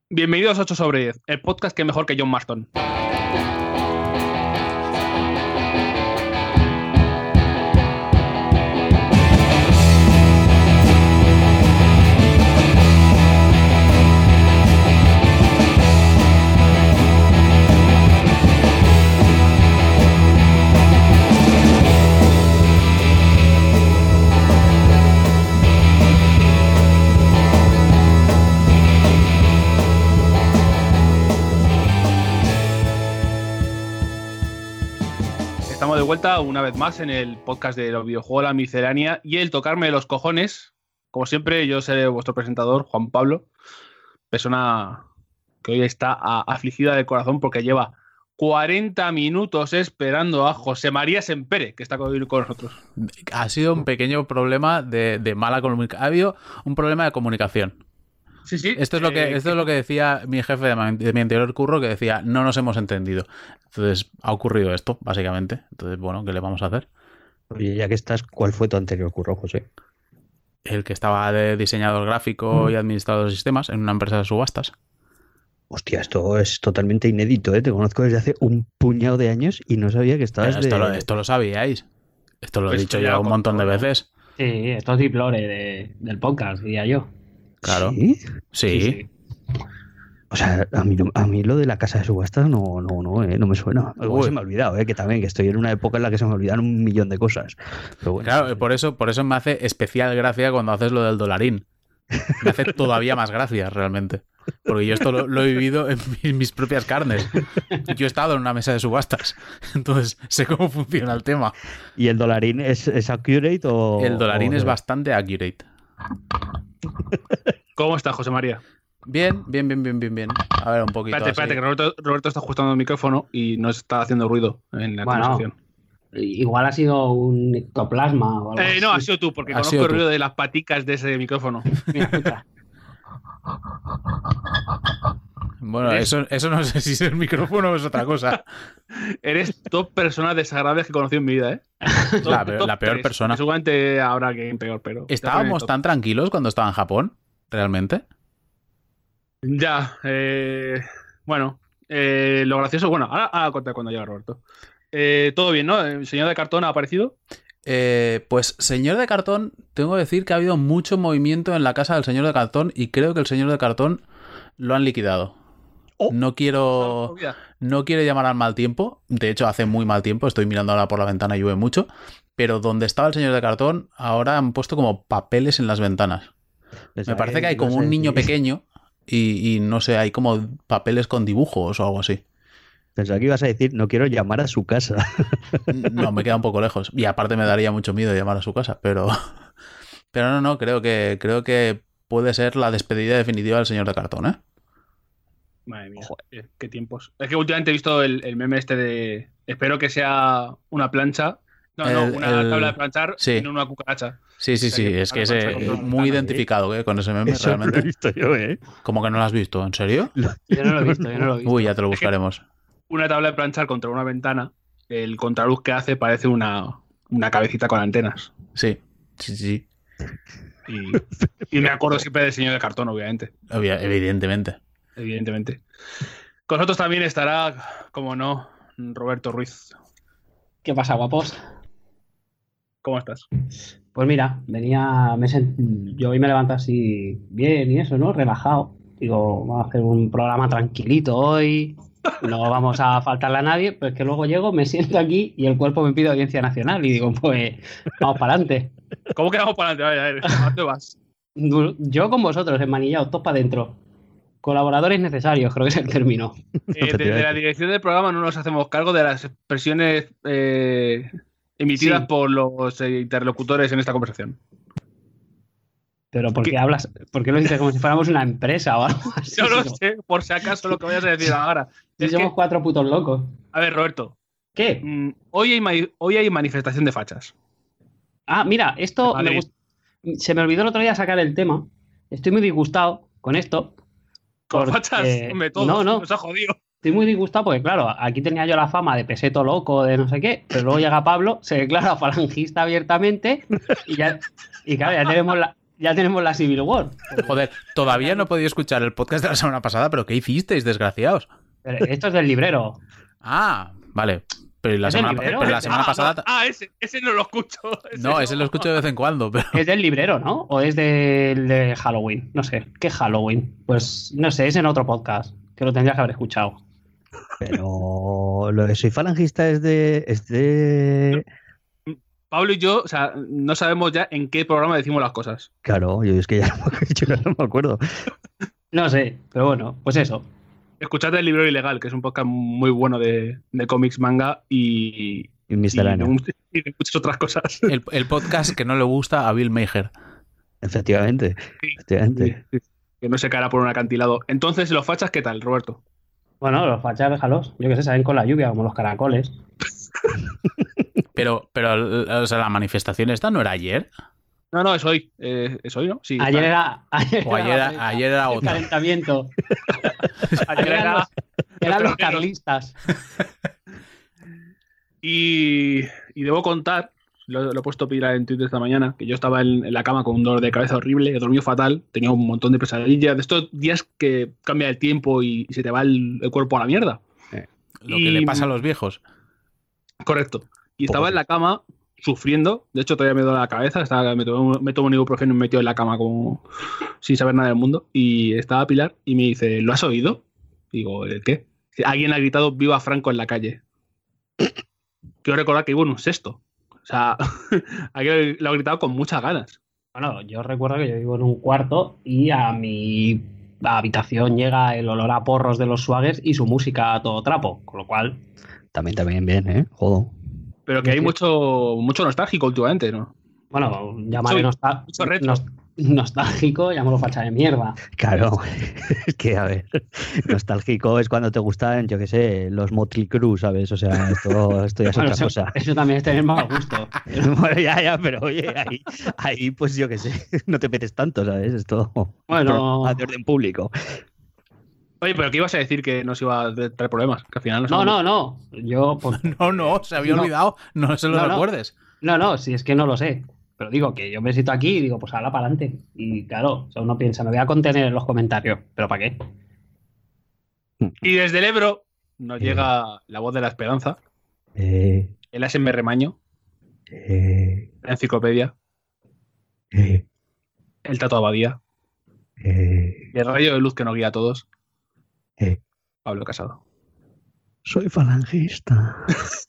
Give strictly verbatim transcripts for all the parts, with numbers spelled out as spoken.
Bienvenidos a ocho sobre diez, el podcast que es mejor que John Marston. Estamos de vuelta una vez más en el podcast de los videojuegos, la miscelánea y el tocarme los cojones. Como siempre, yo seré vuestro presentador, Juan Pablo, persona que hoy está afligida de corazón porque lleva cuarenta minutos esperando a José María Sempere, que está hoy con nosotros. Ha sido un pequeño problema de, de mala comunicación. Ha habido un problema de comunicación. Sí, sí. Esto es lo que, esto es lo que decía mi jefe de mi, de mi anterior curro, que decía, no nos hemos entendido. Entonces, ha ocurrido esto, básicamente. Entonces, bueno, ¿qué le vamos a hacer? Oye, ya que estás, ¿cuál fue tu anterior curro, José? El que estaba de diseñador gráfico mm. y administrador de sistemas en una empresa de subastas. Hostia, esto es totalmente inédito, ¿eh? Te conozco desde hace un puñado de años y no sabía que estabas esto, de... lo, esto lo sabíais. Esto lo pues he dicho ya un montón de veces. Sí, esto es deep lore de, del podcast, diría yo. Claro. ¿Sí? Sí. Sí, sí. O sea, a mí, a mí lo de la casa de subastas no, no, no, eh, no me suena. Igual se me ha olvidado, eh, que también que estoy en una época en la que se me olvidan un millón de cosas. Pero bueno, claro, sí. por eso, por eso me hace especial gracia cuando haces lo del dolarín. Me hace todavía más gracia, realmente. Porque yo esto lo, lo he vivido en mis, mis propias carnes. Yo he estado en una mesa de subastas. Entonces sé cómo funciona el tema. ¿Y el dolarín es, es accurate o...? El dolarín o... es bastante accurate. ¿Cómo estás, José María? Bien, bien, bien, bien, bien, bien. A ver, un poquito Espérate, así. espérate, que Roberto, Roberto está ajustando el micrófono y no está haciendo ruido en la Bueno, conversación. Igual ha sido un ectoplasma o algo Eh, no, así. ha sido tú, porque Ha conozco sido el tú. ruido de las paticas de ese micrófono. Mira, escucha. Bueno, ¿Eres? eso, eso no sé si es el micrófono o es otra cosa. Eres top personas desagradables que he conocido en mi vida, ¿eh? Top- La peor- top la peor tres. persona. Seguramente habrá alguien peor, pero... ¿Estábamos tan tranquilos cuando estaba en Japón? ¿Realmente? Ya, eh, bueno, eh, lo gracioso, bueno, ahora, ahora contar cuando llega Roberto. Eh, todo bien, ¿no? ¿El señor de cartón ha aparecido? Eh, pues, señor de cartón, tengo que decir que ha habido mucho movimiento en la casa del señor de cartón y creo que el señor de cartón lo han liquidado. Oh. No quiero, Olvida. no quiero llamar al mal tiempo. De hecho, hace muy mal tiempo. Estoy mirando ahora por la ventana y llueve mucho. Pero donde estaba el señor de cartón, ahora han puesto como papeles en las ventanas. Me parece que hay como un niño pequeño y, y no sé, hay como papeles con dibujos o algo así. Pensaba que ibas a decir, no quiero llamar a su casa. No, me queda un poco lejos. Y aparte me daría mucho miedo llamar a su casa, pero... Pero no, no, creo que, creo que puede ser la despedida definitiva del señor de cartón, ¿eh? Madre mía, eh, qué tiempos. Es que últimamente he visto el, el meme este de... Espero que sea una plancha. No, no, El- una el- tabla de planchar sí. y no una cucaracha. Sí, sí, O sea, sí, que es que a la es plancha eh, contra una muy ventana, identificado, ¿eh? Con ese meme, Eso no lo he realmente. visto yo, ¿eh? ¿Cómo que no lo has visto? ¿En serio? Yo no lo he visto, yo no lo he visto. Uy, ya te lo Es que- buscaremos. Una tabla de planchar contra una ventana, el contraluz que hace parece una, una cabecita con antenas. Sí, sí, sí. Y, y me acuerdo siempre del señor de cartón, obviamente. Obvia- evidentemente. Evidentemente. Con nosotros también estará, como no, Roberto Ruiz. ¿Qué pasa, guapos? ¿Cómo estás? Pues mira, venía... Me sent... Yo hoy me levanto así bien y eso, ¿no? Relajado. Digo, vamos a hacer un programa tranquilito hoy. No vamos a faltarle a nadie. Pero es que luego llego, me siento aquí y el cuerpo me pide audiencia nacional. Y digo, pues vamos para adelante. ¿Cómo que vamos para adelante? A ver, ¿a dónde vas? Yo con vosotros, enmanillados, todos para adentro. Colaboradores necesarios, creo que es el término. Eh, desde la dirección del programa no nos hacemos cargo de las expresiones eh, emitidas Sí. por los eh, interlocutores en esta conversación. Pero ¿por qué ¿Qué? hablas? ¿Por qué lo dices como si fuéramos una empresa o algo así? Yo lo Si sé, por si acaso lo que vayas a decir ahora. si Es somos que, cuatro putos locos. a ver, Roberto, ¿Qué? mm, hoy, hay, ma- hoy hay manifestación de fachas. Ah, mira, esto Madrid. me gust- se me olvidó el otro día sacar el tema. Estoy muy disgustado con esto. Con porque- fachas, hombre, todos, No, no. nos ha jodido. Estoy muy disgustado porque, claro, aquí tenía yo la fama de peseto loco, de no sé qué, pero luego llega Pablo, se declara falangista abiertamente y ya, y claro, ya tenemos la, ya tenemos la Civil War. Joder, todavía no he podido escuchar el podcast de la semana pasada, pero ¿qué hicisteis, desgraciados? Pero esto es del librero. Ah, vale. Pero la ¿Es el semana, librero? pero la ¿Es semana ah, pasada... no, ah, ese, ese no lo escucho. Ese No, ese lo escucho de vez en cuando, pero... Es del librero, ¿no? ¿O es del de Halloween? No sé. ¿Qué Halloween? Pues no sé, es en otro podcast, que lo tendrías que haber escuchado. Pero lo de soy falangista es de... Es de... Pablo y yo, o sea, no sabemos ya en qué programa decimos las cosas. Claro, yo es que ya no, yo ya no me acuerdo. No sé, pero bueno, pues eso. Escuchad El Librero Ilegal, que es un podcast muy bueno de, de cómics, manga y, Y miscelánea. y, de, y de muchas otras cosas. El, el podcast que no le gusta a Bill Maher. Efectivamente. Efectivamente. Que no se caerá por un acantilado. Entonces, ¿los fachas qué tal, Roberto? Bueno, los fachas, déjalos. Yo qué sé, saben con la lluvia, como los caracoles. Pero, pero o sea, la manifestación esta no era ayer. No, no, es hoy. Eh, es hoy, ¿no? Sí. Ayer está. era. Ayer O ayer, era, la- ayer era el otra. calentamiento. Ayer eran era- los, eran los los carlistas. Y, y debo contar, lo, lo he puesto pila en Twitter esta mañana, que yo estaba en, en la cama con un dolor de cabeza horrible, he dormido fatal, tenía un montón de pesadillas, de estos días que cambia el tiempo y, y se te va el, el cuerpo a la mierda. Lo que Y- le pasa a los viejos. Correcto. Y estaba en la cama sufriendo, de hecho todavía me duele la cabeza, estaba, me tomo me tomo un ibuprofeno y me metido en la cama como sin saber nada del mundo, y estaba Pilar y me dice, ¿lo has oído? Digo, ¿el qué? Alguien ha gritado "Viva Franco" en la calle. Quiero recordar que vivo en un sexto. O sea, alguien lo ha gritado con muchas ganas. Bueno, yo recuerdo que yo vivo en un cuarto y a mi habitación llega el olor a porros de los Swaggers y su música a todo trapo, con lo cual... También, también bien, ¿eh? Jodo. Pero que hay Sí. mucho, mucho nostálgico últimamente, ¿no? Bueno, llamarle Soy- nostal- mucho retro. nos- nostálgico, llámalo facha de mierda. Claro. Es que, a ver, nostálgico es cuando te gustan, yo qué sé, los Motley Crue, ¿sabes? O sea, esto, esto ya es Bueno, otra eso, cosa. eso también es tener mal gusto. Bueno, ya, ya, pero oye, ahí, ahí pues yo qué sé, no te metes tanto, ¿sabes? Esto Bueno. de orden público. Oye, pero ¿qué ibas a decir que nos iba a traer problemas? Que al final No, no, no. Yo, pues, No, no, se había No. olvidado. No se lo No, no. recuerdes. no, no, si es que no lo sé. Pero digo que yo me siento aquí y digo, pues habla para adelante. Y claro, o sea, uno piensa, me voy a contener en los comentarios. ¿Pero para qué? Y desde el Ebro nos Eh. llega la voz de la esperanza, Eh, el A S M Remaño, eh, la enciclopedia, eh, el Tato Abadía, eh, y el rayo de luz que nos guía a todos, eh. Pablo Casado. Soy falangista.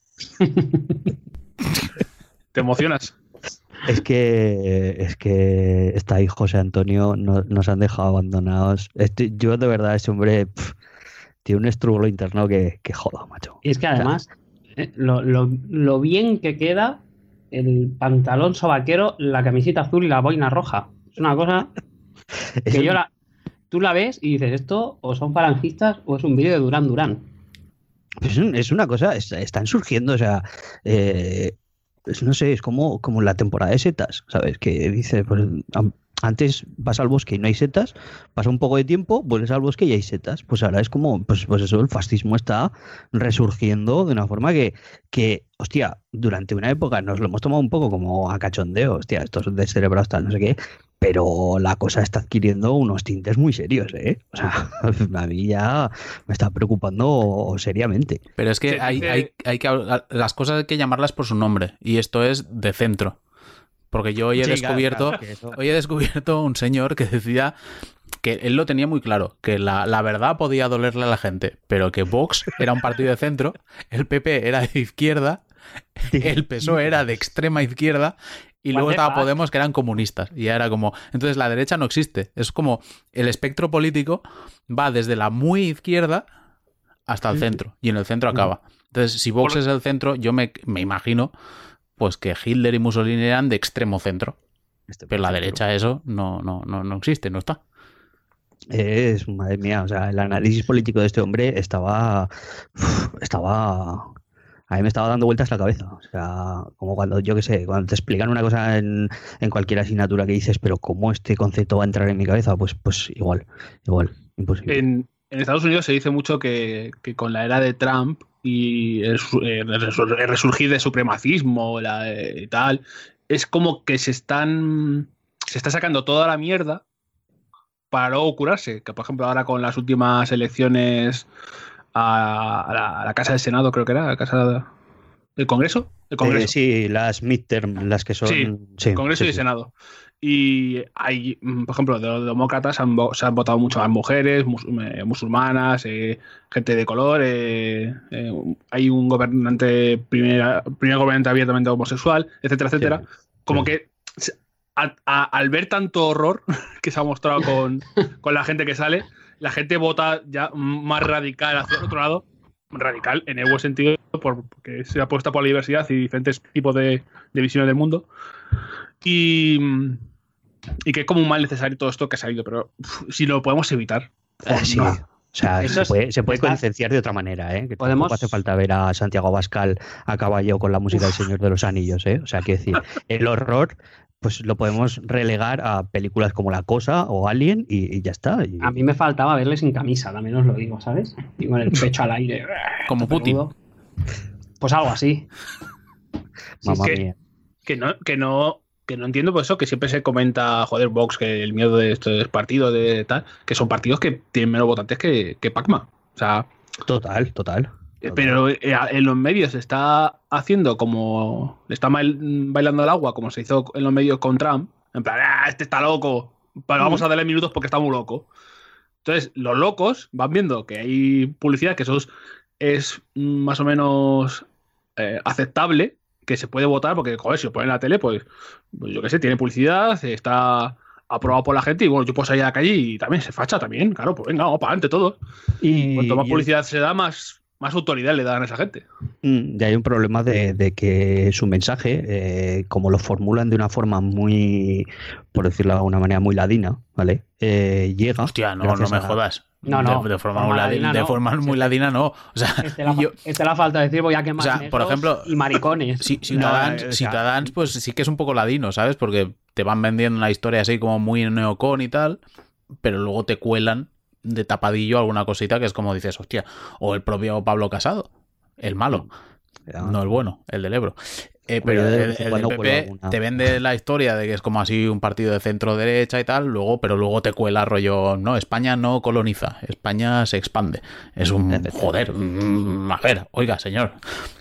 ¿Te emocionas? Es que, es que está ahí José Antonio, no- nos han dejado abandonados. Este- yo de verdad, ese hombre pf, tiene un estrugo interno que, que joda, macho. Y es que además, eh, lo, lo- lo bien que queda el pantalón sobaquero, la camiseta azul y la boina roja. Es una cosa Es que un- yo la, tú la ves y dices, esto o son falangistas o es un vídeo de Durán Durán. Es, un- es una cosa, es- están surgiendo, o sea, eh, es- no sé, es como, como la temporada de setas, ¿sabes? Que dice, pues am- antes vas al bosque y no hay setas, pasa un poco de tiempo, vuelves al bosque y hay setas. Pues ahora es como, pues, pues eso, el fascismo está resurgiendo de una forma que, que, hostia, durante una época nos lo hemos tomado un poco como a cachondeo, hostia, estos descerebrados tal, no sé qué, pero la cosa está adquiriendo unos tintes muy serios, ¿eh? O sea, a mí ya me está preocupando seriamente. Pero es que Se hay, dice- hay, hay que hablar- las cosas hay que llamarlas por su nombre. Y esto es de centro. Porque yo hoy he Sí, claro, descubierto, claro, que eso- hoy he descubierto un señor que decía que él lo tenía muy claro, que la, la verdad podía dolerle a la gente, pero que Vox era un partido de centro, el P P era de izquierda, el P S O E era de extrema izquierda y What luego the estaba fuck? Podemos, que eran comunistas. Y ya era como... Entonces la derecha no existe. Es como el espectro político va desde la muy izquierda hasta el centro. Y en el centro acaba. Entonces, si Vox es el centro, yo me, me imagino pues que Hitler y Mussolini eran de extremo centro. Este Pero la centro. derecha eso no, no, no, no existe, no está. Es, madre mía, o sea, el análisis político de este hombre estaba, uf, estaba, a mí me estaba dando vueltas la cabeza, o sea, como cuando, yo qué sé, cuando te explican una cosa en, en cualquier asignatura que dices, pero ¿cómo este concepto va a entrar en mi cabeza? Pues, pues igual, igual, imposible. En, en Estados Unidos se dice mucho que, que con la era de Trump y el, su- el resur- el resurgir del supremacismo la, eh, y tal, es como que se están se está sacando toda la mierda para luego curarse. Que por ejemplo ahora con las últimas elecciones a, a, la, a la Casa del Senado, creo que era, la Casa del Congreso. ¿El Congreso? Eh, sí, las midterm, las que son... Sí, sí Congreso sí, y sí. Senado. Y hay, por ejemplo, de los demócratas han, se han votado mucho más mujeres, mus, eh, musulmanas, eh, gente de color. Eh, eh, hay un gobernante, primera, primer gobernante abiertamente homosexual, etcétera, etcétera. Sí, Como sí. que a, a, al ver tanto horror que se ha mostrado con, con la gente que sale, la gente vota ya más radical hacia el otro lado. Radical en el buen sentido, porque se apuesta por la diversidad y diferentes tipos de, de visiones del mundo. Y, y que es como un mal necesario todo esto que ha salido, pero uf, si lo podemos evitar. Ah, sí. No. O sea, Eso se puede, es, se puede está, concienciar de otra manera, ¿eh? Que podemos... tampoco hace falta ver a Santiago Abascal a caballo con la música Uf. del Señor de los Anillos, ¿eh? O sea, quiero decir, el horror pues lo podemos relegar a películas como La Cosa o Alien y, y ya está. Y... A mí me faltaba verle sin camisa, también os lo digo, ¿sabes? Y con el pecho al aire. Como Putin. Pues algo así. Mamma sí, mía. Que, que no, que no, que no entiendo por eso, que siempre se comenta, joder, Vox, que el miedo de estos partidos de tal, que son partidos que tienen menos votantes que, que Pacma. O sea. Total, total. Pero en los medios se está haciendo como le está bailando el agua, como se hizo en los medios con Trump. En plan, ah, este está loco, pero vamos a darle minutos porque está muy loco. Entonces, los locos van viendo que hay publicidad que eso es, es más o menos eh, aceptable, que se puede votar, porque, joder, si lo ponen en la tele, pues, pues yo qué sé, tiene publicidad, está aprobado por la gente y bueno, yo puedo salir a la calle y también se facha también, claro, pues venga, vamos para adelante todo. Y cuanto más publicidad se da, más... más autoridad le dan a esa gente. Y hay un problema de, de que su mensaje, eh, como lo formulan de una forma muy, por decirlo de alguna manera, muy ladina, ¿vale? Eh, llega... Hostia, no, no me a... jodas. No, no. De, de forma, forma, ladina, ladina, de no. forma muy ladina, no. O sea, este, la, yo, este la falta de decir voy a quemar o sea, por ejemplo, y maricones. Si, Ciudadans, no, Ciudadans, pues sí que es un poco ladino, ¿sabes? Porque te van vendiendo una historia así como muy neocon y tal, pero luego te cuelan de tapadillo alguna cosita que es como dices, hostia, o el propio Pablo Casado, el malo, yeah. no el bueno, el del Ebro. Eh, pero el, el, el del P P te vende la historia de que es como así un partido de centro derecha y tal, luego, pero luego te cuela rollo, no, España no coloniza, España se expande. Es un joder, mm, a ver, oiga, señor.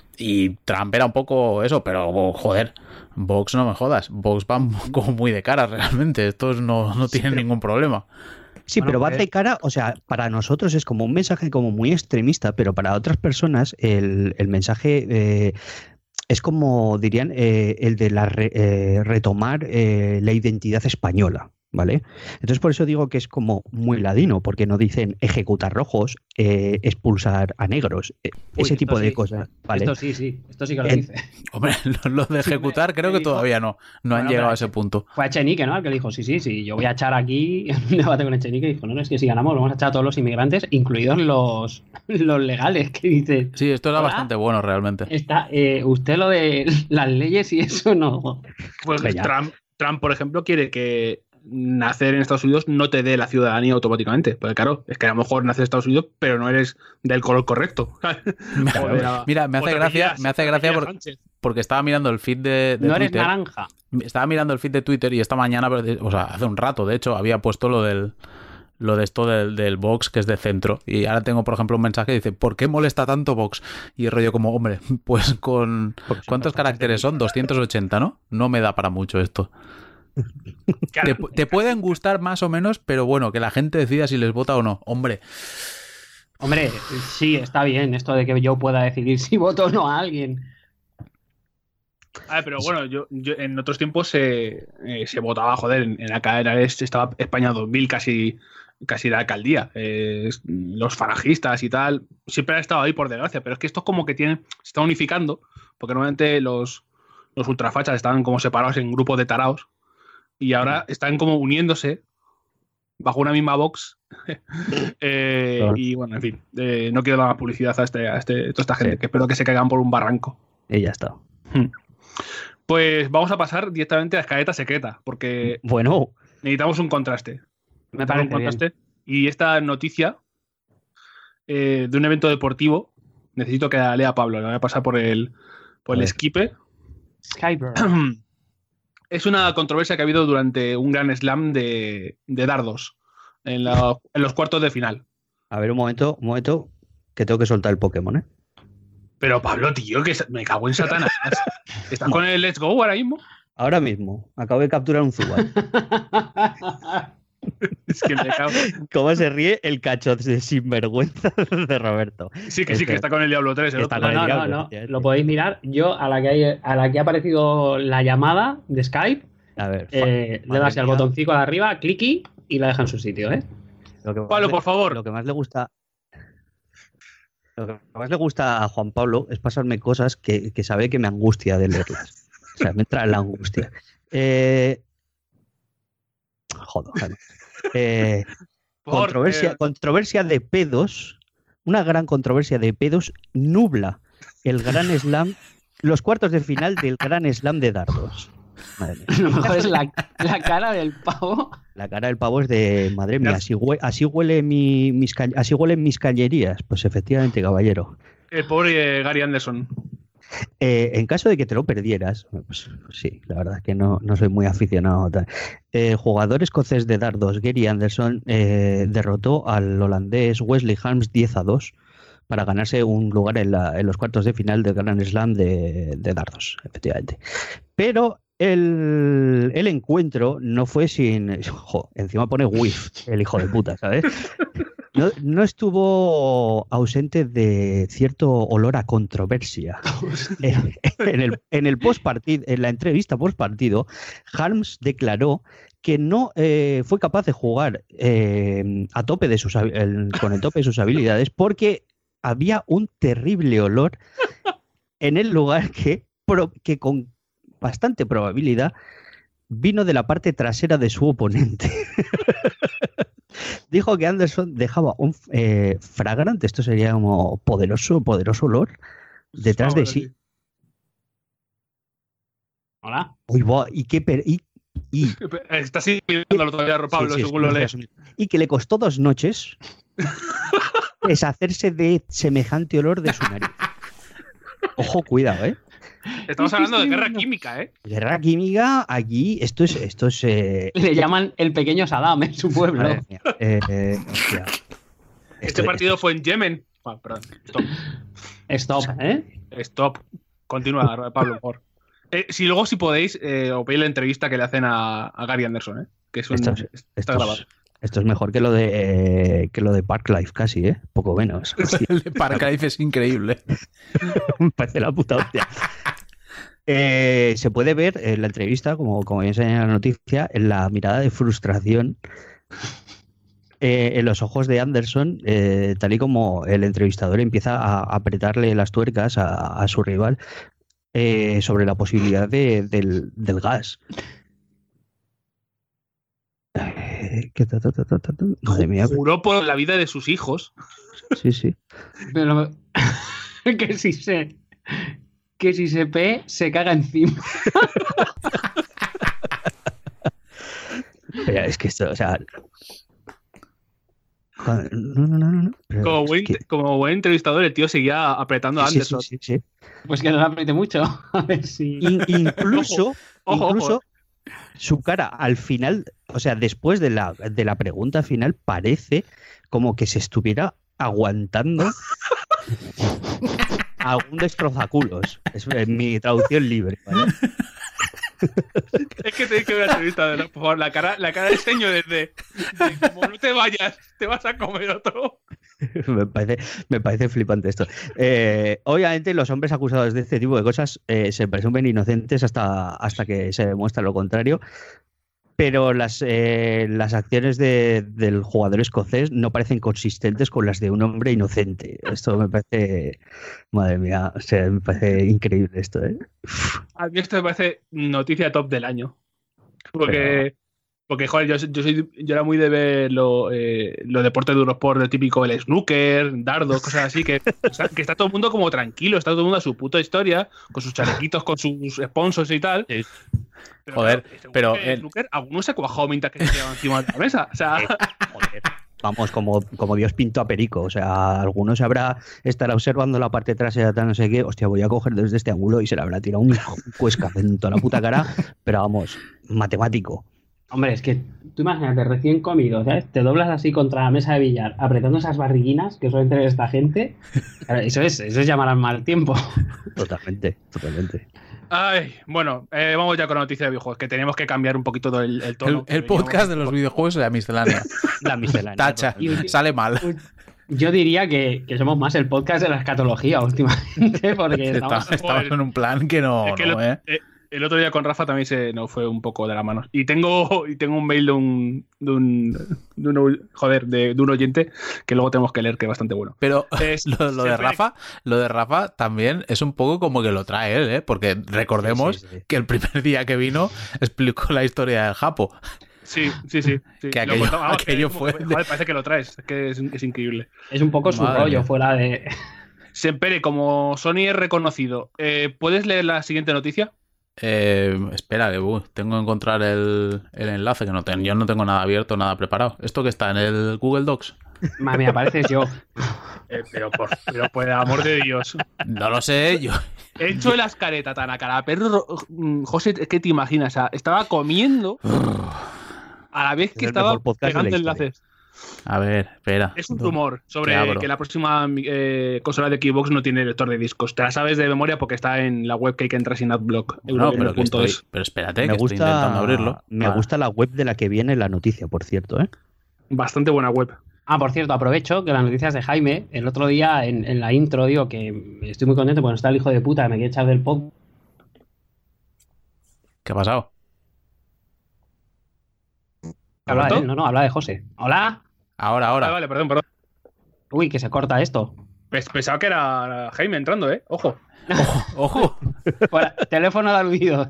Y Trump era un poco eso, pero joder, Vox no me jodas, Vox va como muy de cara realmente, estos no, no tienen sí, pero... ningún problema. Sí, bueno, pero va de cara, o sea, para nosotros es como un mensaje como muy extremista, pero para otras personas el, el mensaje eh, es como, dirían, eh, el de la re, eh, retomar eh, la identidad española, ¿vale? Entonces por eso digo que es como muy ladino, porque no dicen ejecutar rojos, eh, expulsar a negros, eh, Uy, ese tipo sí, de cosas, ¿vale? Esto sí, sí, esto sí que lo en, dice. Hombre, lo de ejecutar sí, creo que dijo, todavía no, no bueno, han llegado a ese punto. Fue a Echenique, ¿no? El que dijo, sí, sí, sí, yo voy a echar aquí un debate con Echenique y dijo, no, no, es que si ganamos vamos a echar a todos los inmigrantes, incluidos los, los legales, que dice. Sí, esto era bastante bueno realmente. Está, eh, usted lo de las leyes y eso no. Pues Trump, Trump, por ejemplo, quiere que nacer en Estados Unidos no te dé la ciudadanía automáticamente. Porque claro, es que a lo mejor naces en Estados Unidos, pero no eres del color correcto. Joder, mira, me hace gracia, me hace gracia por, porque estaba mirando el feed de, de no Twitter. Eres naranja. Estaba mirando el feed de Twitter y esta mañana, o sea, hace un rato, de hecho, había puesto lo del lo de esto del, del Vox, que es de centro. Y ahora tengo, por ejemplo, un mensaje que dice, ¿por qué molesta tanto Vox? Y el rollo como, hombre, pues con... ¿Cuántos caracteres son? doscientos ochenta, ¿no? No me da para mucho esto. Te, te pueden gustar más o menos, pero bueno, que la gente decida si les vota o no. Hombre. Hombre, sí, está bien esto de que yo pueda decidir si voto o no a alguien. A ver, pero bueno, yo, yo en otros tiempos se, eh, se votaba, joder, en, en acá era, estaba España dos mil casi, casi la alcaldía. Eh, los falangistas y tal, siempre han estado ahí por desgracia, pero es que esto es como que tienen, se está unificando, porque normalmente los, los ultrafachas estaban como separados en grupos de taraos. Y ahora están como uniéndose bajo una misma box. eh, claro. Y bueno, en fin, eh, no quiero dar más publicidad a, este, a este, toda esta gente, sí. que espero que se caigan por un barranco. Y ya está. Pues vamos a pasar directamente a escaleta secreta, porque bueno, necesitamos un contraste. Me parece un contraste. Bien. Y esta noticia eh, de un evento deportivo, necesito que la lea Pablo, la voy a pasar por el, por el Skype. Skype. es una controversia que ha habido durante un gran slam de, de dardos en, la, en los cuartos de final. A ver, un momento, un momento, que tengo que soltar el Pokémon, ¿eh? Pero Pablo, tío, que me cago en Satanás. ¿Estás con el Let's Go ahora mismo? Ahora mismo, acabo de capturar un Zubat. Es que me cago. ¿Cómo se ríe el cacho de sinvergüenza de Roberto? Sí, que este, sí, que está con el Diablo tres. El está otro. con No, el no, diablo, no, no. tío, Lo podéis mirar. Yo, a la que, hay, a la que ha aparecido la llamada de Skype, A ver, eh, le das al botoncito de arriba, clicky y la deja en su sitio, ¿eh? Lo que Pablo, le, por favor. Lo que más le gusta. Lo que más le gusta a Juan Pablo es pasarme cosas que, que sabe que me angustia de leerlas. O sea, me entra la angustia. Eh... Joder, joder. Eh, Por, controversia, eh... controversia de pedos. Una gran controversia de pedos nubla el Gran Slam, los cuartos de final del Gran Slam de dardos. Madre mía. A lo mejor es la, la cara del pavo. La cara del pavo es de, madre mía, así, hue, así, huele mi, mis, así huelen mis cañerías. Pues efectivamente, caballero. El pobre eh, Gary Anderson. Eh, en caso de que te lo perdieras, pues, pues sí, la verdad es que no, no soy muy aficionado. El eh, jugador escocés de dardos, Gary Anderson, eh, derrotó al holandés Wesley Harms diez a dos para ganarse un lugar en, la, en los cuartos de final del Grand Slam de, de dardos, efectivamente. Pero el, el encuentro no fue sin... Jo, encima pone whiff, el hijo de puta, ¿sabes? No, no estuvo ausente de cierto olor a controversia. en, en el, en el post partido, en la entrevista post partido, Harms declaró que no eh, fue capaz de jugar eh, a tope de sus, el, con el tope de sus habilidades porque había un terrible olor en el lugar que, pro, que con bastante probabilidad vino de la parte trasera de su oponente. Dijo que Anderson dejaba un eh, fragrante, esto sería como poderoso, poderoso olor detrás de sí. Hola. Uy, boh, y qué per y, y está así mirándolo todavía, Pablo, sí, sí, según lo lees. Y que le costó dos noches deshacerse de semejante olor de su nariz. Ojo, cuidado, ¿eh? Estamos hablando de guerra química, ¿eh? Guerra química, aquí, esto es... Esto es eh, Le llaman el pequeño Saddam en su pueblo. Madre mía, eh, eh, hostia. Este Esto- partido esto- fue en Yemen. Ah, perdón, stop. Stop, ¿eh? Stop. Continúa, Pablo, por favor. Eh, si luego, si podéis, eh, os veis la entrevista que le hacen a, a Gary Anderson, ¿eh? Que es un, Esto es- está esto grabado. es, esto es mejor que lo de eh, que lo de Parklife casi, ¿eh? Poco menos. Hostia, El de Parklife es increíble. me parece la puta hostia. Eh, se puede ver en la entrevista, como, como bien señala la noticia, en la mirada de frustración eh, en los ojos de Anderson, eh, tal y como el entrevistador empieza a apretarle las tuercas a, a su rival eh, sobre la posibilidad de, del, del gas. Eh, que ta, ta, ta, ta, ta, ta. Madre mía, Juró por la vida de sus hijos. sí, sí. Pero que si se que si se pe se caga encima. Pero es que esto, o sea. Joder, no, no, no, no. Pero Como es buen, que- como buen entrevistador, el tío seguía apretando a sí, sí, Anderson. sí, sí. Pues que no la apriete mucho. A ver si. In- incluso, Ojo, incluso ojo. su cara al final, o sea, después de la, de la pregunta final, parece como que se estuviera aguantando algún destrozaculos. Es mi traducción libre, ¿vale? Es que tenéis que ver la entrevista, ¿verdad? Por favor, la cara, la cara de señor es de, de como no te vayas, te vas a comer otro. me, parece, me parece flipante esto. Eh, obviamente los hombres acusados de este tipo de cosas eh, se presumen inocentes hasta, hasta que se demuestra lo contrario, pero las, eh, las acciones de, del jugador escocés no parecen consistentes con las de un hombre inocente. Esto me parece, madre mía, o sea, me parece increíble esto, ¿eh? A mí esto me parece noticia top del año. Porque, Pero- porque joder, yo, yo, soy, yo era muy de ver lo, eh, los deportes de Eurosport, de típico el snooker, dardos, cosas así, que, está, que está todo el mundo como tranquilo, está todo el mundo a su puta historia, con sus chalequitos, con sus sponsors y tal. Sí. Pero, Joder, claro, según pero que el el- snooker, alguno se cuajó mientras que se quedaba encima de la mesa. O sea, Joder. Vamos, como, como Dios pintó a Perico. O sea, alguno se habrá estará observando la parte trasera, tal, no sé qué. Hostia, voy a coger desde este ángulo y se le habrá tirado un cuesca en toda la puta cara. Pero vamos, matemático. Hombre, es que tú imagínate, recién comido, ¿sabes? Te doblas así contra la mesa de billar, apretando esas barriguinas que suelen tener esta gente. Claro, eso es, eso es llamar al mal tiempo. Totalmente, totalmente. Ay, bueno, eh, vamos ya con la noticia de videojuegos, que tenemos que cambiar un poquito el, el tono. El, el podcast de los videojuegos de la miscelánea. La miscelánea. Tacha, sale mal. Yo diría que, que somos más el podcast de la escatología últimamente, porque estamos, estamos en un plan que no, es que no lo, ¿eh? eh, el otro día con Rafa también se nos fue un poco de las manos. Y tengo, y tengo un mail de un, de un, de un joder, de, de un oyente que luego tenemos que leer, que es bastante bueno. Pero es, lo, lo de Rafa, lo de Rafa también es un poco como que lo trae él, ¿eh? Porque recordemos sí, sí, sí. que el primer día que vino explicó la historia del Japo. Sí, sí, sí. sí. Que aquello, Vamos, aquello que, fue... Como, joder, parece que lo traes, es que es, es increíble. Es un poco su Madre rollo mía. fuera de... Sempere, como Sony es reconocido, eh, ¿puedes leer la siguiente noticia? Eh, espera, que uh, tengo que encontrar el, el enlace, que no tengo, yo no tengo nada abierto, nada preparado. ¿Esto que está en el Google Docs? Mami, apareces yo. Eh, pero, por, pero por el amor de Dios. No lo sé, yo... He hecho el ascareta tan a cara perro. José, es que te imaginas, o sea, estaba comiendo a la vez que estaba pegando enlaces. A ver, espera. Es un rumor sobre que la próxima eh, consola de Xbox no tiene lector de discos. Te la sabes de memoria porque está en la web que hay que entrar sin adblock. No, pero, que estoy, pero espérate, me que gusta, estoy intentando abrirlo. Me ah. gusta la web de la que viene la noticia, por cierto, ¿eh? Bastante buena web. Ah, por cierto, aprovecho que las noticias de Jaime, el otro día en, en la intro digo que estoy muy contento porque no está el hijo de puta que me quiere echar del pod. ¿Qué ha pasado? Habla de él, no, no, habla de José. ¿Hola? Ahora, ahora. Ah, vale, perdón, perdón. Uy, que se corta esto. Pensaba que era Jaime entrando, ¿eh? Ojo. Ojo, ojo. Bueno, teléfono de aludidos.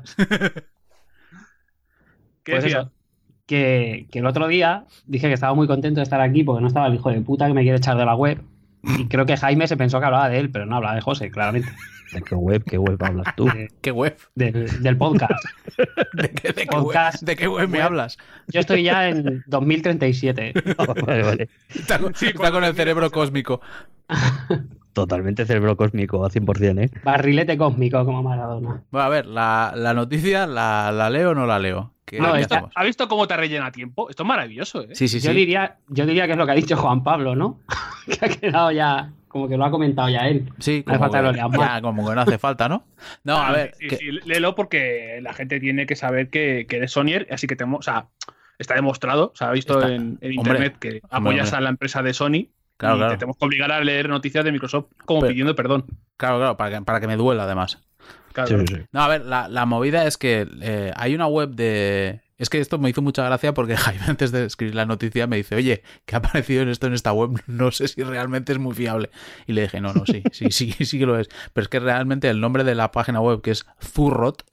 ¿Qué pues decía? Eso, que, que el otro día dije que estaba muy contento de estar aquí porque no estaba el hijo de puta que me quiere echar de la web. Y creo que Jaime se pensó que hablaba de él, pero no hablaba de José, claramente. ¿De qué web? ¿Qué web hablas tú? De, ¿Qué web? De, del podcast. ¿De qué, de podcast, qué web, ¿De qué web me web? hablas? Yo estoy ya en dos mil treinta y siete. Oh, vale, vale. Está con, sí, está con el cerebro cósmico. Totalmente cerebro cósmico, a cien por ciento, ¿eh? Barrilete cósmico, como Maradona. Bueno, a ver, la, la noticia, ¿la, ¿la leo o no la leo? No, esto, ¿ha visto cómo te rellena tiempo? Esto es maravilloso, ¿eh? Sí, sí, yo sí. Diría, yo diría que es lo que ha dicho Juan Pablo, ¿no? Que ha quedado ya... Como que lo ha comentado ya él. Sí, no como, hace falta que, que ya, como que no hace falta, ¿no? No, a ver. Sí, que... sí, léelo porque la gente tiene que saber que, que eres Sonyer, así que te, o sea, está demostrado, se ha visto está. en, en hombre, internet que apoyas hombre. a la empresa de Sony claro, y claro. te tenemos que obligar a leer noticias de Microsoft como Pero, pidiendo perdón. Claro, claro, para que, para que me duela además. Claro. Sí, sí. No, a ver, la, la movida es que eh, hay una web de... Es que esto me hizo mucha gracia porque Jaime antes de escribir la noticia me dice, oye, ¿qué ha aparecido en esto en esta web? No sé si realmente es muy fiable. Y le dije, no, no, sí, sí, sí, sí que lo es. Pero es que realmente el nombre de la página web, que es Zurrot,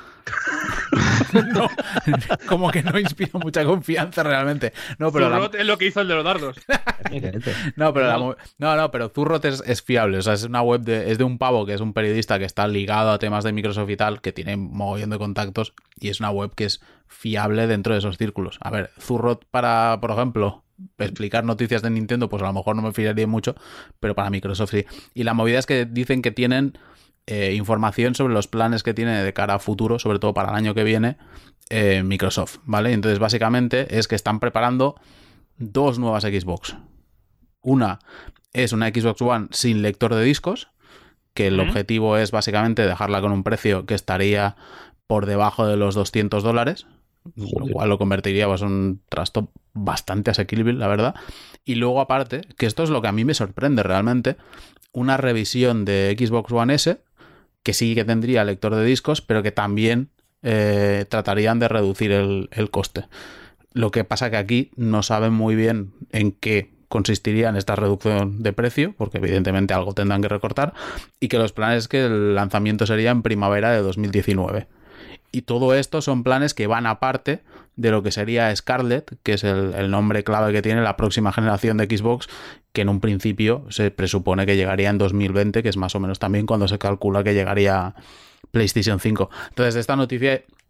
no, como que no inspira mucha confianza realmente. No, pero Zurrot la... es lo que hizo el de los dardos. no, pero la... no, no, pero Zurrot es, es fiable. O sea, es una web de, es de un pavo que es un periodista que está ligado a temas de Microsoft y tal, que tiene mogollón de contactos y es una web que es fiable dentro de esos círculos. A ver, Zurrot para, por ejemplo, explicar noticias de Nintendo, pues a lo mejor no me fiaría mucho, pero para Microsoft sí. Y la movida es que dicen que tienen eh, información sobre los planes que tiene de cara a futuro, sobre todo para el año que viene, eh, Microsoft, ¿vale? Entonces, básicamente es que están preparando dos nuevas Xbox. Una es una Xbox One sin lector de discos, que el uh-huh. objetivo es básicamente dejarla con un precio que estaría por debajo de los doscientos dólares, lo cual lo convertiría pues, en un trasto bastante asequible, la verdad. Y luego, aparte, que esto es lo que a mí me sorprende realmente, una revisión de Xbox One S, que sí que tendría lector de discos, pero que también eh, tratarían de reducir el, el coste. Lo que pasa que aquí no saben muy bien en qué consistiría en esta reducción de precio, porque evidentemente algo tendrán que recortar, y que los planes es que el lanzamiento sería en primavera de dos mil diecinueve. Y todo esto son planes que van aparte de lo que sería Scarlett, que es el, el nombre clave que tiene la próxima generación de Xbox, que en un principio se presupone que llegaría en dos mil veinte, que es más o menos también cuando se calcula que llegaría PlayStation cinco. Entonces, de esta noticia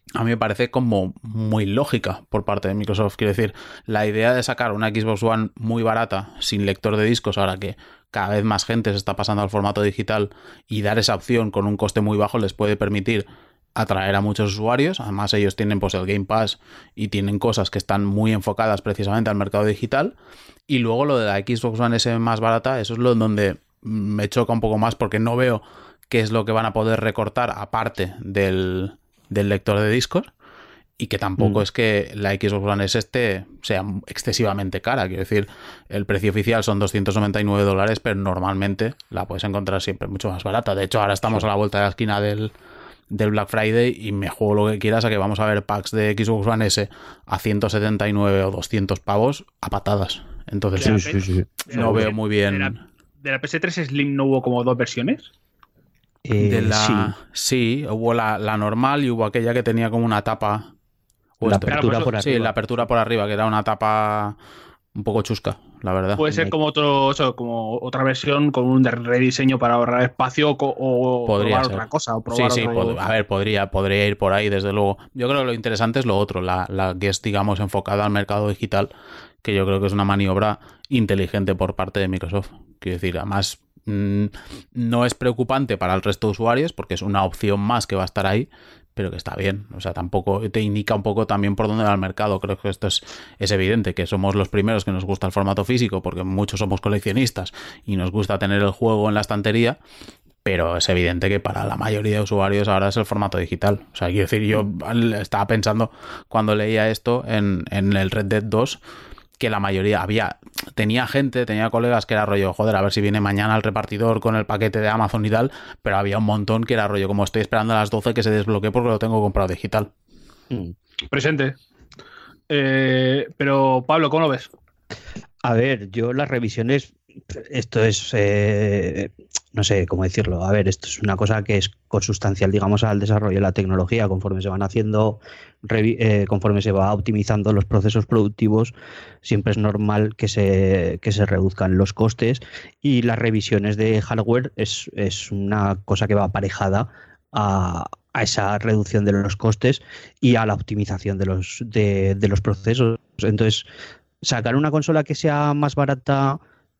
a mí me parece como muy lógica por parte de Microsoft. Quiero decir, la idea de sacar una Xbox One muy barata, sin lector de discos, ahora que cada vez más gente se está pasando al formato digital, y dar esa opción con un coste muy bajo les puede permitir atraer a muchos usuarios. Además, ellos tienen pues el Game Pass y tienen cosas que están muy enfocadas precisamente al mercado digital. Y luego lo de la Xbox One S más barata, eso es lo donde me choca un poco más, porque no veo qué es lo que van a poder recortar aparte del, del lector de discos, y que tampoco mm. es que la Xbox One S este sea excesivamente cara. Quiero decir, el precio oficial son doscientos noventa y nueve dólares, pero normalmente la puedes encontrar siempre mucho más barata. De hecho, ahora estamos sí. a la vuelta de la esquina del, del Black Friday y me juego lo que quieras a que vamos a ver packs de Xbox One S a ciento setenta y nueve o doscientos pavos a patadas. Entonces sí, sí, sí, sí. no veo muy bien. ¿De la, de la P S tres Slim no hubo como dos versiones? Eh, de la... Sí, sí hubo la, la normal y hubo aquella que tenía como una tapa. La apertura claro, por arriba. Sí, la apertura por arriba, que era una tapa un poco chusca, la verdad. Puede ser como otro, eso, como otra versión con un rediseño para ahorrar espacio o, o probar ser. otra cosa. O probar sí, sí, otro... pod- a ver, podría, podría ir por ahí, desde luego. Yo creo que lo interesante es lo otro, la, la que es, digamos, enfocada al mercado digital, que yo creo que es una maniobra inteligente por parte de Microsoft. Quiero decir, además, mmm, no es preocupante para el resto de usuarios, porque es una opción más que va a estar ahí, pero que está bien. O sea, tampoco te indica un poco también por dónde va el mercado. Creo que esto es, es evidente, que somos los primeros que nos gusta el formato físico, porque muchos somos coleccionistas y nos gusta tener el juego en la estantería, pero es evidente que para la mayoría de usuarios ahora es el formato digital. O sea, quiero decir, yo estaba pensando cuando leía esto en, en el Red Dead dos, que la mayoría había, tenía gente, tenía colegas que era rollo, joder, a ver si viene mañana el repartidor con el paquete de Amazon y tal, pero había un montón que era rollo, como estoy esperando a las doce que se desbloquee porque lo tengo comprado digital. Mm. Presente. Eh, pero, Pablo, ¿cómo lo ves? A ver, yo las revisiones, esto es, eh, no sé cómo decirlo, a ver, esto es una cosa que es consustancial, digamos, al desarrollo de la tecnología. Conforme se van haciendo, revi- eh, conforme se va optimizando los procesos productivos, siempre es normal que se, que se reduzcan los costes, y las revisiones de hardware es, es una cosa que va aparejada a, a esa reducción de los costes y a la optimización de los, de, de los procesos. Entonces, sacar una consola que sea más barata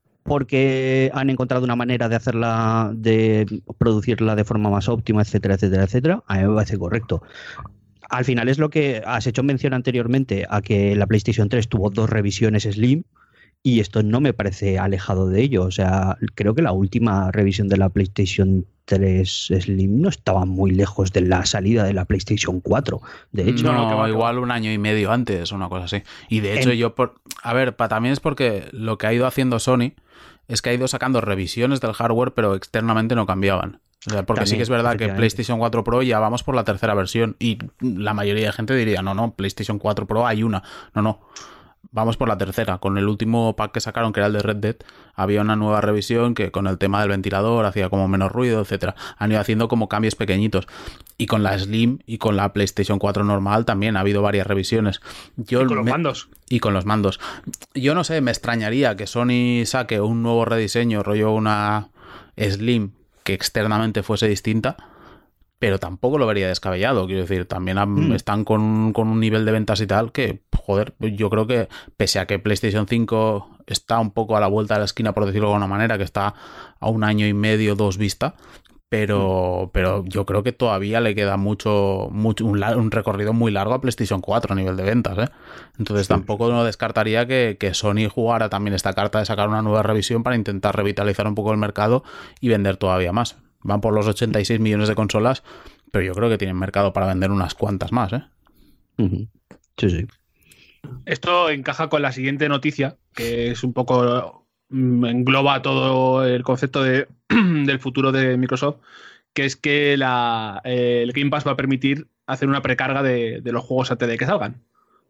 porque han encontrado una manera de hacerla, de producirla de forma más óptima, etcétera, etcétera, etcétera, a mí me parece correcto. Al final es lo que has hecho mención anteriormente, a que la PlayStation tres tuvo dos revisiones Slim, y esto no me parece alejado de ello. O sea, creo que la última revisión de la PlayStation tres Slim no estaba muy lejos de la salida de la PlayStation cuatro. De hecho, no, no, no igual un año y medio antes, una cosa así. Y de hecho, en... yo por. A ver, pa, también es porque lo que ha ido haciendo Sony es que ha ido sacando revisiones del hardware, pero externamente no cambiaban. O sea, porque también, sí que es verdad que PlayStation cuatro Pro ya vamos por la tercera versión, y la mayoría de gente diría, no, no, PlayStation cuatro Pro hay una. No, no. Vamos por la tercera. Con el último pack que sacaron, que era el de Red Dead, había una nueva revisión que con el tema del ventilador hacía como menos ruido, etcétera. Han ido haciendo como cambios pequeñitos. Y con la Slim y con la PlayStation cuatro normal también ha habido varias revisiones. Yo y con los me... mandos. Y con los mandos. Yo no sé, me extrañaría que Sony saque un nuevo rediseño, rollo una Slim que externamente fuese distinta, pero tampoco lo vería descabellado. Quiero decir, también mm. están con, con un nivel de ventas y tal que, joder, yo creo que pese a que PlayStation cinco está un poco a la vuelta de la esquina, por decirlo de alguna manera, que está a un año y medio, dos vista, pero, mm. pero yo creo que todavía le queda mucho, mucho un, un recorrido muy largo a PlayStation cuatro a nivel de ventas, ¿eh? Entonces sí. tampoco no descartaría que, que Sony jugara también esta carta de sacar una nueva revisión para intentar revitalizar un poco el mercado y vender todavía más. Van por los ochenta y seis millones de consolas, pero yo creo que tienen mercado para vender unas cuantas más, ¿eh? Uh-huh. Sí, sí. Esto encaja con la siguiente noticia, que es un poco, engloba todo el concepto de, del futuro de Microsoft, que es que la, eh, el Game Pass va a permitir hacer una precarga de, de los juegos antes de que salgan.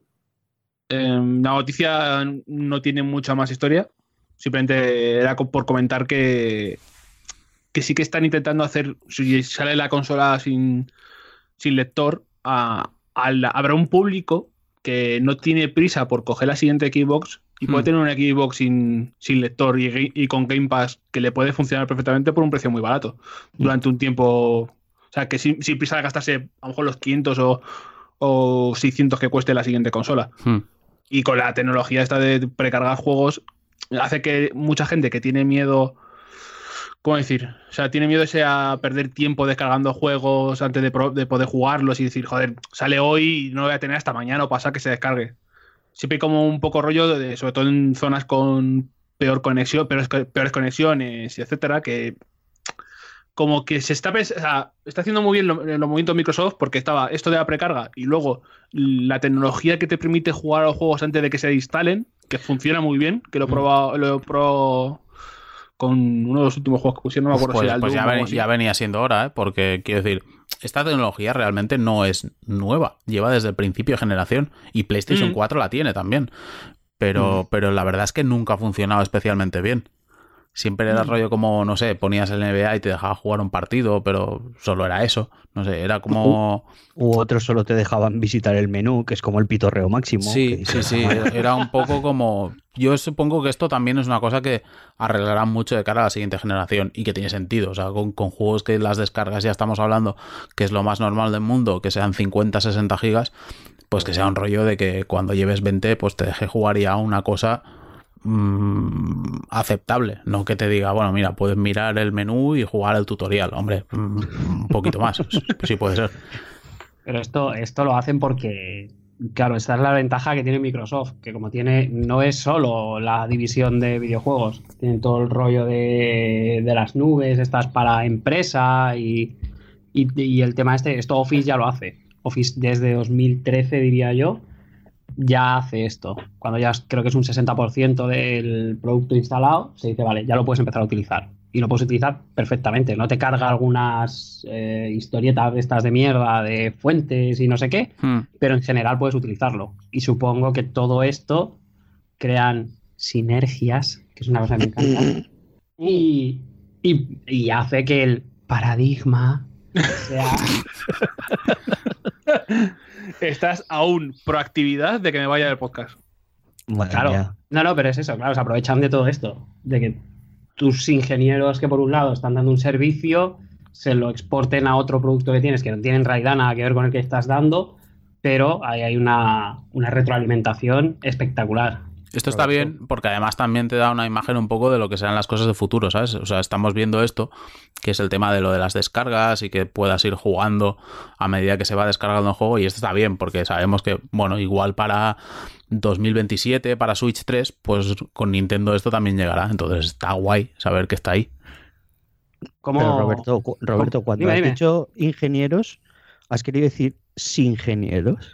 Eh, la noticia no tiene mucha más historia, simplemente era por comentar que que sí que están intentando hacer, si sale la consola sin, sin lector, a, a la, habrá un público que no tiene prisa por coger la siguiente Xbox y hmm. puede tener una Xbox sin, sin lector y, y con Game Pass que le puede funcionar perfectamente por un precio muy barato durante un tiempo. O sea, que sin, sin prisa de gastarse a lo mejor los quinientos o, o seiscientos que cueste la siguiente consola. Hmm. Y con la tecnología esta de precargar juegos, hace que mucha gente que tiene miedo, ¿cómo decir? O sea, tiene miedo ese a perder tiempo descargando juegos antes de, pro, de poder jugarlos y decir, joder, sale hoy y no lo voy a tener hasta mañana o pasar que se descargue. Siempre hay como un poco rollo, de, sobre todo en zonas con peor conexión, peores, peores conexiones, etcétera, que como que se está, o sea, está haciendo muy bien los lo movimientos Microsoft, porque estaba esto de la precarga y luego la tecnología que te permite jugar a los juegos antes de que se instalen, que funciona muy bien, que lo he probado, lo he probado con uno de los últimos juegos que pusieron, no me acuerdo pues, si era el pues Doom ya, o ven, algo así. ya venía siendo hora, ¿eh? Porque quiero decir, esta tecnología realmente no es nueva, lleva desde el principio de generación y PlayStation Mm. cuatro la tiene también, pero, mm. pero la verdad es que nunca ha funcionado especialmente bien. Siempre era rollo como, no sé, ponías el N B A y te dejaba jugar un partido, pero solo era eso. No sé, era como... U, u otros solo te dejaban visitar el menú, que es como el pitorreo máximo. Sí, que sí, sí. Era un poco como... Yo supongo que esto también es una cosa que arreglarán mucho de cara a la siguiente generación y que tiene sentido. O sea, con, con juegos que las descargas ya estamos hablando, que es lo más normal del mundo, que sean cincuenta, sesenta gigas, pues que sea un rollo de que cuando lleves veinte, pues te deje jugar ya una cosa... Mm, aceptable, no que te diga, bueno, mira, puedes mirar el menú y jugar el tutorial, hombre, mm, un poquito más, pues sí puede ser. Pero esto, esto lo hacen porque, claro, esta es la ventaja que tiene Microsoft, que como tiene, no es solo la división de videojuegos, tienen todo el rollo de, de las nubes, estas para empresa y, y, y el tema este, esto Office ya lo hace, Office desde dos mil trece diría yo, ya hace esto. Cuando ya creo que es un sesenta por ciento del producto instalado, se dice, vale, ya lo puedes empezar a utilizar. Y lo puedes utilizar perfectamente. No te carga algunas eh, historietas de estas de mierda, de fuentes y no sé qué, hmm. pero en general puedes utilizarlo. Y supongo que todo esto crean sinergias, que es una cosa que me encanta, y, y, y hace que el paradigma sea... Estás aún proactividad de que me vaya del podcast. Bueno, claro. Ya. No, no, pero es eso, claro, se aprovechan de todo esto. De que tus ingenieros que por un lado están dando un servicio, se lo exporten a otro producto que tienes, que no tiene en realidad nada que ver con el que estás dando, pero ahí hay una, una retroalimentación espectacular. Esto está bien porque además también te da una imagen un poco de lo que serán las cosas de futuro, ¿sabes? O sea, estamos viendo esto, que es el tema de lo de las descargas y que puedas ir jugando a medida que se va descargando el juego, y esto está bien porque sabemos que, bueno, igual para dos mil veintisiete, para Switch tres, pues con Nintendo esto también llegará. Entonces está guay saber que está ahí. ¿Cómo... Pero Roberto, Roberto ¿Cómo? cuando Dime, has dime. dicho ingenieros, ¿has querido decir sin ingenieros?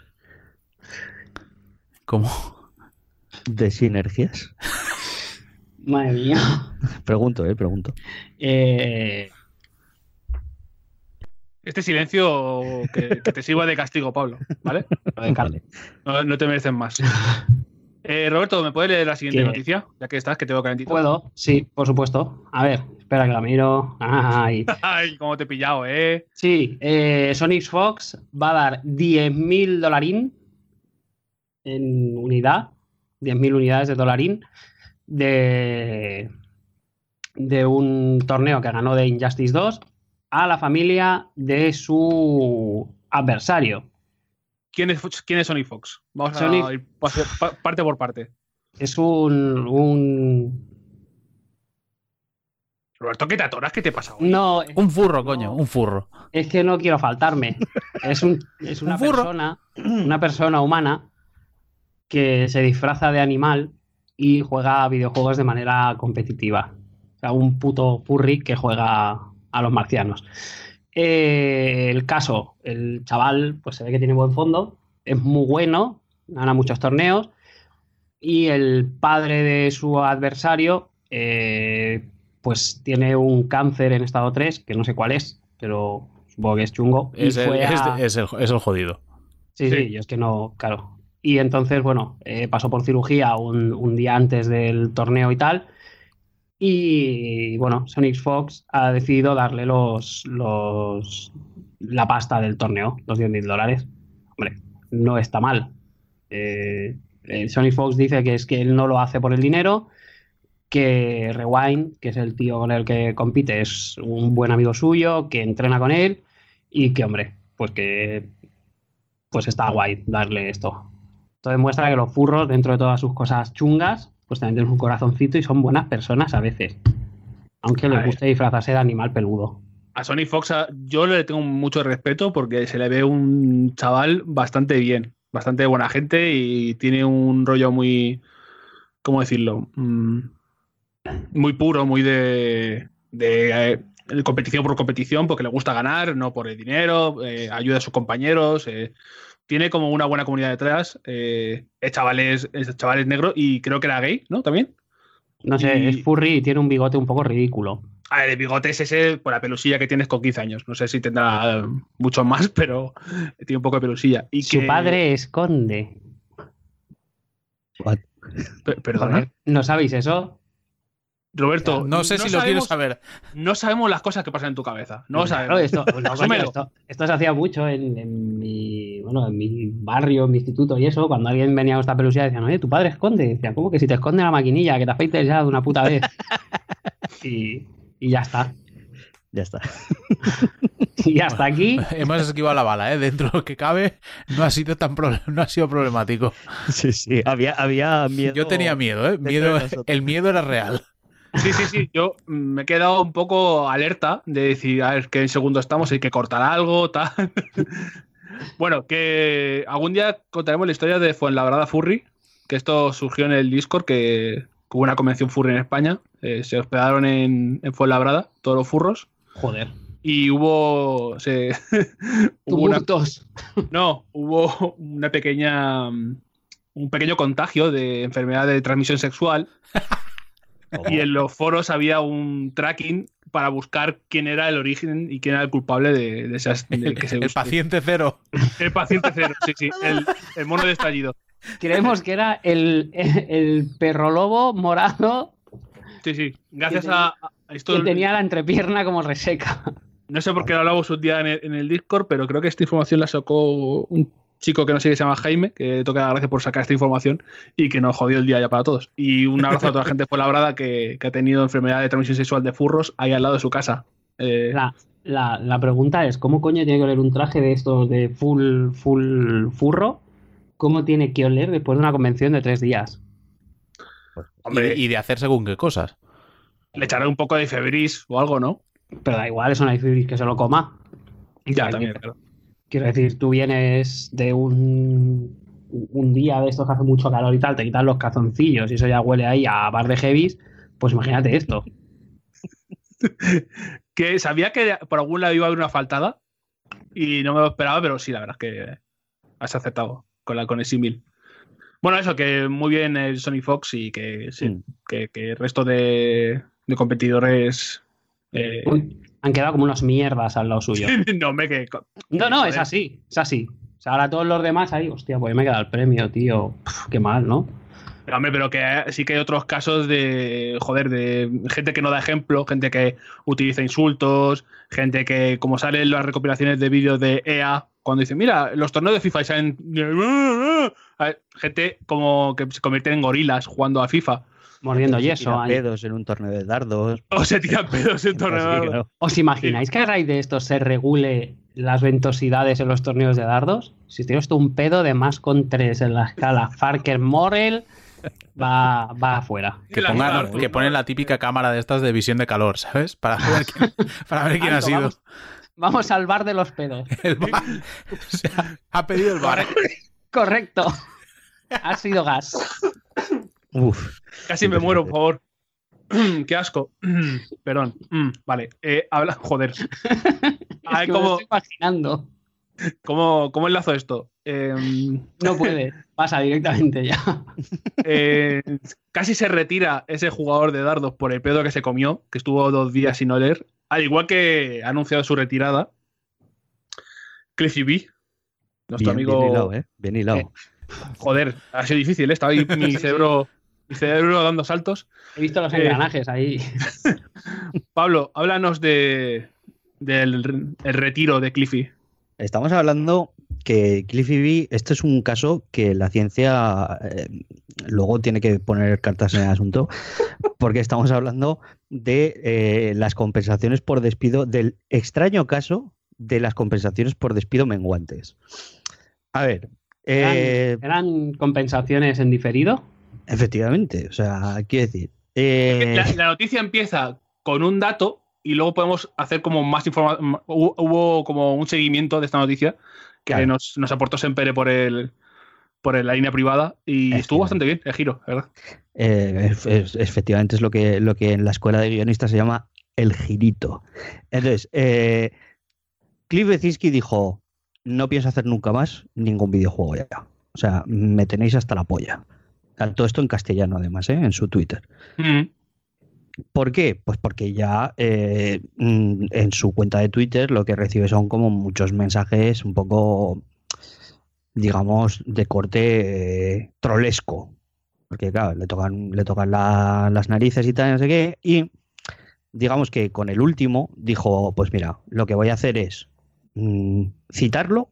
¿Cómo? ¿De sinergias? Madre mía. Pregunto, eh, pregunto. Eh... Este silencio que, que te sirva de castigo, Pablo, ¿vale? Vale. No, no te merecen más. Eh, Roberto, ¿me puedes leer la siguiente ¿Qué? noticia? Ya que estás, que tengo calentito. ¿Puedo? Sí, por supuesto. A ver, espera que la miro. Ay. Ay, cómo te he pillado, ¿eh? Sí, eh, Sony Fox va a dar diez mil dolarín en unidad, diez mil unidades de dolarín de, de un torneo que ganó de Injustice dos a la familia de su adversario. ¿Quién es, quién es Sony Fox? Vamos Sony... a ir parte por parte. Es un... un... Roberto, ¿qué te atoras? ¿Qué te pasa hoy? No, un furro, no, coño, un furro. Es que no quiero faltarme. Es, un, es una ¿Un furro? persona, una persona humana que se disfraza de animal y juega a videojuegos de manera competitiva. O sea, un puto furry que juega a los marcianos. Eh, el caso, el chaval, pues se ve que tiene buen fondo, es muy bueno, gana muchos torneos, y el padre de su adversario, eh, pues tiene un cáncer en estado tres, que no sé cuál es, pero supongo que es chungo. Y Es el, fue a... es, es, el, es el jodido. Sí, sí, sí, yo es que no, claro. Y entonces, bueno, eh, pasó por cirugía un, un día antes del torneo y tal. Y bueno, Sony Fox ha decidido darle los, los la pasta del torneo, los diez mil dólares. Hombre, no está mal. Eh, eh, Sony Fox dice que es que él no lo hace por el dinero, que Rewind, que es el tío con el que compite, es un buen amigo suyo, que entrena con él y que, hombre, pues que pues está guay darle esto. Esto demuestra que los furros, dentro de todas sus cosas chungas, pues también tienen un corazoncito y son buenas personas a veces. Aunque les guste disfrazarse de animal peludo. A Sony Fox yo le tengo mucho respeto porque se le ve un chaval bastante bien, bastante buena gente y tiene un rollo muy, ¿cómo decirlo? Muy puro, muy de, de eh, competición por competición, porque le gusta ganar, no por el dinero, eh, ayuda a sus compañeros, eh, tiene como una buena comunidad detrás, eh, es chavales, es chavales negros y creo que era gay, ¿no? También. No sé, y... es furry y tiene un bigote un poco ridículo. A ver, el bigote es ese por la pelusilla que tienes con quince años. No sé si tendrá eh, mucho más, pero tiene un poco de pelusilla. Y Su que... padre es conde. P- ¿Perdona? Joder, ¿no sabéis eso? Roberto, no sé no si sabemos, lo quiero saber. No sabemos las cosas que pasan en tu cabeza. No Claro, sabemos. esto, no, coño, esto, esto se hacía mucho en, en mi bueno, en mi barrio, en mi instituto y eso. Cuando alguien venía con esta pelusilla decían, oye, tu padre esconde. Decía, ¿cómo que si te esconde la maquinilla? Que te afeites ya de una puta vez. y, y ya está. Ya está. Y hasta aquí. Hemos esquivado la bala, ¿eh? Dentro de lo que cabe, no ha sido tan pro- no ha sido problemático. Sí, sí. Había, había miedo. Yo tenía miedo, ¿eh? Miedo, el miedo era real. Sí, sí, sí. Yo me he quedado un poco alerta de decir, a ver, qué segundo estamos, hay que cortar algo, tal. Bueno, que algún día contaremos la historia de Fuenlabrada Furry, que esto surgió en el Discord, que hubo una convención furry en España. Eh, se hospedaron en, en Fuenlabrada, todos los furros. Joder. Y hubo. Se, hubo una, no, hubo una pequeña. Un pequeño contagio de enfermedad de transmisión sexual. Y en los foros había un tracking para buscar quién era el origen y quién era el culpable de, de esas. De que se el paciente cero. El paciente cero, sí, sí. El, el mono de estallido. Creemos que era el, el, el perro lobo morado. Sí, sí. Gracias que a, a esto. Que tenía la entrepierna como reseca. No sé por qué lo hablamos un día en el, en el Discord, pero creo que esta información la sacó un chico que no sé qué se llama Jaime, que toca la gracia por sacar esta información y que nos jodió el día ya para todos. Y un abrazo a toda la gente por la brada que, que ha tenido enfermedad de transmisión sexual de furros ahí al lado de su casa. Eh... La, la, la pregunta es, ¿cómo coño tiene que oler un traje de estos de full, full furro? ¿Cómo tiene que oler después de una convención de tres días? Hombre, y, y de hacer según qué cosas. Le echaré un poco de febris o algo, ¿no? Pero da igual, eso no hay febris que se lo coma. Ya, ya también, claro. Quiero decir, tú vienes de un, un día de estos que hace mucho calor y tal, te quitas los calzoncillos y eso ya huele ahí a bar de heavies, pues imagínate esto. Que sabía que por algún lado iba a haber una faltada y no me lo esperaba, pero sí, la verdad es que has acertado con, la, con el símil. Bueno, eso, que muy bien el Sony Fox y que sí, mm. que, que el resto de, de competidores... Eh... Han quedado como unos mierdas al lado suyo. no, me que... No, no, es así, es así. O sea, ahora todos los demás ahí, hostia, pues me queda el premio, tío. Pff, qué mal, ¿no? Pero, hombre, pero que sí que hay otros casos de, joder, de gente que no da ejemplo, gente que utiliza insultos, gente que, como salen las recopilaciones de vídeos de E A, cuando dicen, mira, los torneos de FIFA y salen... Gente como que se convierten en gorilas jugando a FIFA. Mordiendo se yeso. Se pedos en un torneo de dardos. O se tiran pedos en torneo de dardos. Claro. ¿Os imagináis que a raíz de esto se regule las ventosidades en los torneos de dardos? Si tienes tú un pedo de más con tres en la escala Farker-Morel, va, va afuera. Que, pongan, que ponen la típica cámara de estas de visión de calor, ¿sabes? Para ver quién, para ver quién ha sido. Vamos, vamos al bar de los pedos. El bar. O sea, ha pedido el bar. Correcto. Ha sido gas. Uf, casi me muero, por favor. Qué asco. Perdón. Vale. Eh, habla... Joder. A ver, ¿cómo... me estoy imaginando. ¿Cómo, ¿Cómo enlazo esto? Eh... No puede. Pasa directamente ya. Eh, casi se retira ese jugador de dardos por el pedo que se comió, que estuvo dos días sin oler. Al igual que ha anunciado su retirada. Cliffy B. Nuestro bien, amigo. Bien hilado, ¿eh? Bien hilado. Eh, joder, ha sido difícil, ¿eh? Estaba ahí mi cerebro, mi cerebro dando saltos. He visto los engranajes eh, ahí. Pablo, háblanos de, del el retiro de Cliffy. Estamos hablando que Cliffy B, este es un caso que la ciencia eh, luego tiene que poner cartas en el asunto, porque estamos hablando de eh, las compensaciones por despido, del extraño caso de las compensaciones por despido menguantes. A ver. Eh, ¿Eran, ¿Eran compensaciones en diferido? Efectivamente, o sea, quiero decir. Eh... La, la noticia empieza con un dato y luego podemos hacer como más información. Hubo, hubo como un seguimiento de esta noticia que claro. nos, nos aportó Sempere por el por la línea privada y es estuvo bastante bien el giro, ¿verdad? Eh, es, es, efectivamente es lo que, lo que en la escuela de guionistas se llama el girito. Entonces, eh, Cliff Bleszinski dijo, no pienso hacer nunca más ningún videojuego ya. O sea, me tenéis hasta la polla. O sea, todo esto en castellano además, ¿eh? En su Twitter. Mm-hmm. ¿Por qué? Pues porque ya eh, en su cuenta de Twitter lo que recibe son como muchos mensajes un poco, digamos, de corte eh, trolesco. Porque claro, le tocan, le tocan la, las narices y tal, no sé qué. Y digamos que con el último dijo, pues mira, lo que voy a hacer es mmm, citarlo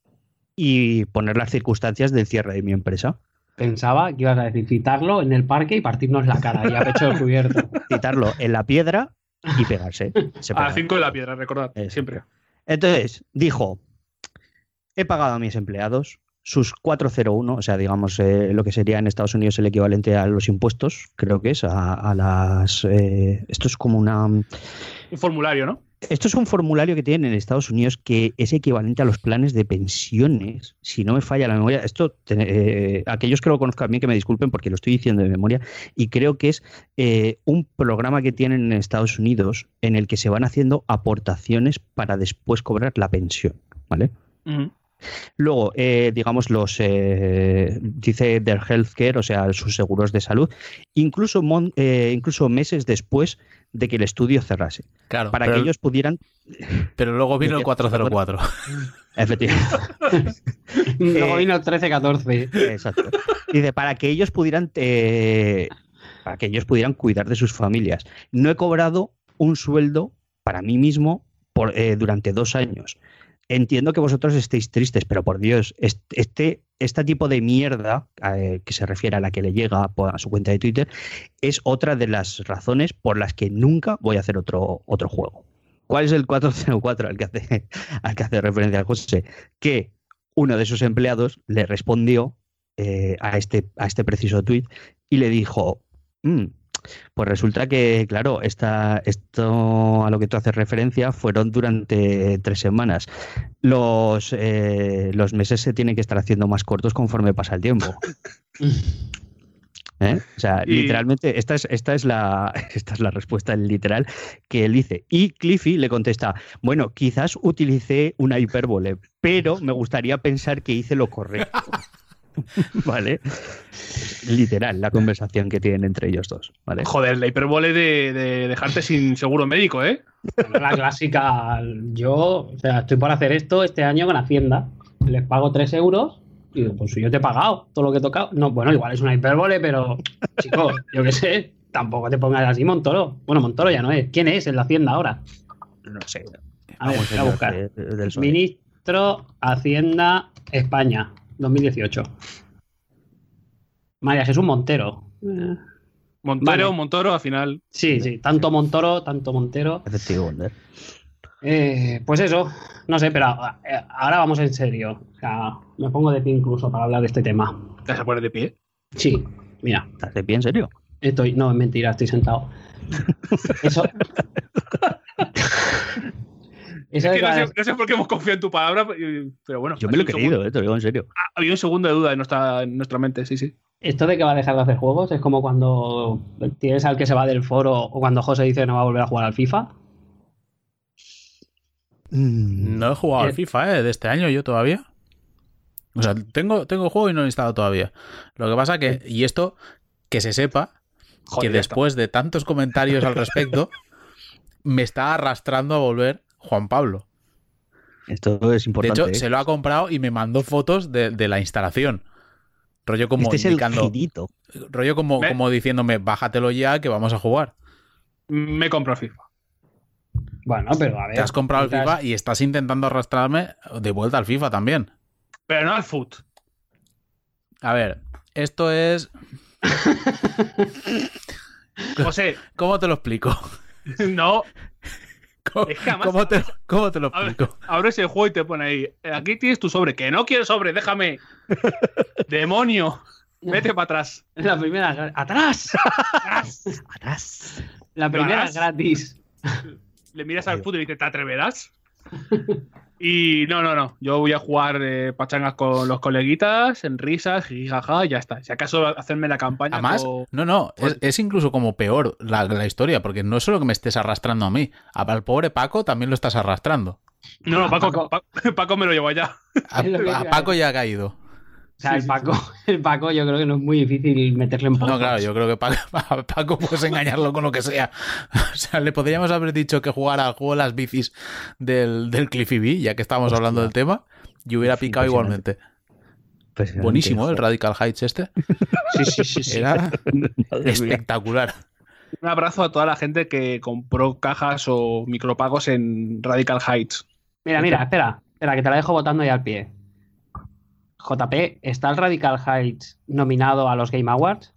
y poner las circunstancias del cierre de mi empresa. Pensaba que ibas a decir citarlo en el parque y partirnos la cara y a pecho descubierto. Citarlo en la piedra y pegarse. A las cinco de la piedra, recordad, eh, siempre. Entonces, dijo, he pagado a mis empleados sus cuatro cero uno, o sea, digamos, eh, lo que sería en Estados Unidos el equivalente a los impuestos, creo que es, a, a las... Eh, esto es como una... Un formulario, ¿no? Esto es un formulario que tienen en Estados Unidos que es equivalente a los planes de pensiones, si no me falla la memoria. Esto, eh, aquellos que lo conozcan bien que me disculpen porque lo estoy diciendo de memoria, y creo que es eh, un programa que tienen en Estados Unidos en el que se van haciendo aportaciones para después cobrar la pensión, ¿vale? Uh-huh. Luego, eh, digamos, los eh, dice their healthcare, o sea, sus seguros de salud, incluso, mon, eh, incluso meses después de que el estudio cerrase. Claro, para pero, que ellos pudieran. Pero luego vino el cuatro cero cuatro. Efectivamente. Luego vino el trece catorce. Exacto. Dice, para que ellos pudieran eh, para que ellos pudieran cuidar de sus familias. No he cobrado un sueldo para mí mismo por, eh, durante dos años. Entiendo que vosotros estéis tristes, pero por Dios, este, este tipo de mierda eh, que se refiere a la que le llega a su cuenta de Twitter es otra de las razones por las que nunca voy a hacer otro, otro juego. ¿Cuál es el cuatro cero cuatro al que hace, al que hace referencia José? Que uno de sus empleados le respondió eh, a, este, a este preciso tweet y le dijo... Mmm, pues resulta que, claro, esta, esto a lo que tú haces referencia fueron durante tres semanas. Los, eh, los meses se tienen que estar haciendo más cortos conforme pasa el tiempo. ¿Eh? O sea, y... literalmente, esta es, esta, es la, esta es la respuesta literal que él dice. Y Cliffy le contesta, bueno, quizás utilicé una hipérbole, pero me gustaría pensar que hice lo correcto. Vale, literal la conversación que tienen entre ellos dos, ¿vale? Joder, la hipérbole de, de dejarte sin seguro médico, ¿eh? La clásica, yo, o sea, estoy por hacer esto este año con Hacienda, les pago tres euros y digo, pues si yo te he pagado todo lo que he tocado. No, bueno, igual es una hipérbole, pero chicos, yo qué sé, tampoco te pongas así, Montoro. Bueno, Montoro ya no es. ¿Quién es en la Hacienda ahora? No sé. A ver, voy a buscar. De, de, Ministro Hacienda España. dos mil dieciocho. María Jesús Montero. Eh, Montero, vale. Montoro, al final. Sí, sí, tanto Montoro, tanto Montero. Efectivo, Wonder. Eh, pues eso, no sé, pero ahora vamos en serio. O sea, me pongo de pie incluso para hablar de este tema. ¿Te vas a poner de pie? Sí, mira. ¿Estás de pie en serio? Estoy, no, es mentira, estoy sentado. Eso. Es que no sé, no sé por qué hemos confiado en tu palabra, pero bueno. Yo me lo he creído, eh, te lo digo en serio. Ah, había un segundo de duda en nuestra, en nuestra mente, sí, sí. Esto de que va a dejar de hacer juegos es como cuando tienes al que se va del foro o cuando José dice que no va a volver a jugar al FIFA. No he jugado eh, al FIFA, eh, de este año yo todavía. O sea, tengo, tengo juego y no lo he instalado todavía. Lo que pasa que, y esto, que se sepa, Joder, que después está. de tantos comentarios al respecto, me está arrastrando a volver Juan Pablo. Esto es importante. De hecho, ¿eh? se lo ha comprado y me mandó fotos de, de la instalación. Rollo como este es indicando, el girito. Rollo como, como diciéndome, bájatelo ya que vamos a jugar. Me compro el FIFA. Bueno, pero a ver. Te has comprado el FIFA y estás intentando arrastrarme de vuelta al FIFA también. Pero no al foot. A ver, esto es... José. ¿Cómo te lo explico? No. ¿Cómo, Es que además- ¿cómo te, cómo te lo A ver, explico? abres el juego y te pone ahí, aquí tienes tu sobre, que no quiero sobre, déjame. ¡Demonio! Vete para atrás. La primera, ¡atrás! Atrás. La primera ¿Harás? gratis. Le miras al puto y dices, ¿te atreverás? Y no, no, no. Yo voy a jugar eh, pachangas con los coleguitas, en risas, jijaja, y ya está. Si acaso hacerme la campaña. Además, con- no, no, es, es incluso como peor la, la historia, porque no es solo que me estés arrastrando a mí, al pobre Paco también lo estás arrastrando. No, no, Paco, Paco- Pa- Paco me lo llevo allá. A, Es lo que a iba a Paco decir. ya ha caído. O sea, Sí, el sí, Paco, el Paco yo creo que no es muy difícil meterle en No, pozos. claro, yo creo que Paco, a Paco puedes engañarlo con lo que sea. O sea, le podríamos haber dicho que jugara al juego de las bicis del, del Cliffy B, ya que estábamos Hostia. hablando del tema, y hubiera picado Impresionante. igualmente. Pues, Buenísimo, ¿eh? El Radical Heights este. Sí, sí, sí, sí. Era Madre mía. espectacular. Un abrazo a toda la gente que compró cajas o micropagos en Radical Heights. Mira, mira, espera, espera, que te la dejo botando ahí al pie. J P, ¿está el Radical Heights nominado a los Game Awards?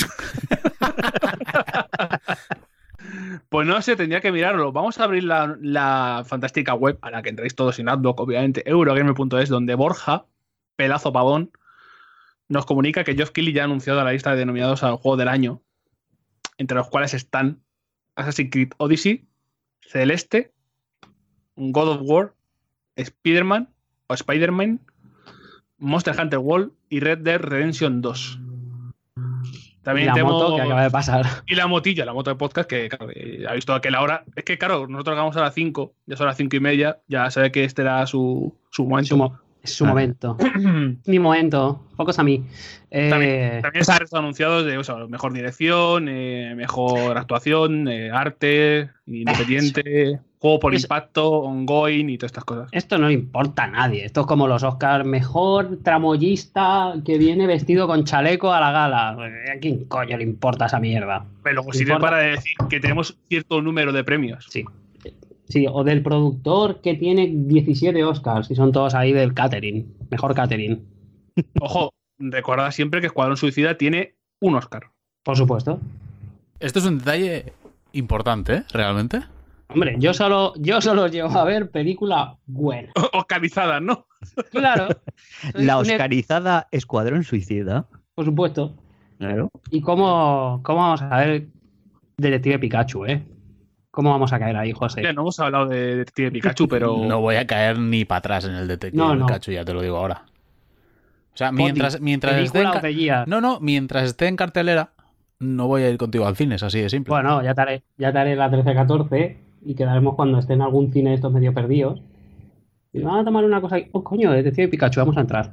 Pues no sé, tendría que mirarlo. Vamos a abrir la, la fantástica web a la que entráis todos sin adblock, obviamente, eurogamer punto es, donde Borja, pelazo pavón, nos comunica que Geoff Keighley ya ha anunciado la lista de denominados al juego del año, entre los cuales están Assassin's Creed Odyssey, Celeste, God of War, Spider-Man o Spider-Man, Monster Hunter World y Red Dead Redemption dos. También Y la tenemos... moto que acaba de pasar. Y la motilla, la moto de podcast, que claro, eh, ha visto que la hora. Es que, claro, nosotros llegamos a las cinco, ya son las cinco y media, ya sabe que este era su, su momento. Su mo- Es su Ah. momento. Mi momento. Focos a mí. Eh, También, también se han anunciados de o sea, mejor dirección, eh, mejor actuación, eh, arte, independiente, juego por Es- impacto, ongoing y todas estas cosas. Esto no le importa a nadie. Esto es como los Oscars. Mejor tramoyista que viene vestido con chaleco a la gala. ¿A quién coño le importa esa mierda? Pero luego sirve importa. para decir que tenemos cierto número de premios. Sí. Sí, o del productor que tiene diecisiete Oscars y son todos ahí del catering. Mejor catering. Ojo, recuerda siempre que Escuadrón Suicida tiene un Oscar. Por supuesto. Esto es un detalle importante, ¿eh? Realmente. Hombre, yo solo, yo solo llevo a ver película buena. Oscarizadas, ¿no? Claro. Soy La un- oscarizada Escuadrón Suicida. Por supuesto. Claro. ¿Y cómo, cómo vamos a ver Detective Pikachu, eh? ¿Cómo vamos a caer ahí, José? Ya no hemos hablado de Detective Pikachu, pero. No voy a caer ni para atrás en el detective No, no. Pikachu, ya te lo digo ahora. O sea, mientras, mientras esté Película en o ca- pelea. No, no, mientras esté en cartelera, no voy a ir contigo al cine, es así de simple. Bueno, ya te haré, ya te haré la trece catorce y quedaremos cuando esté en algún cine de estos medio perdidos. Y vamos a tomar una cosa. Oh, coño, Detective Pikachu, vamos a entrar.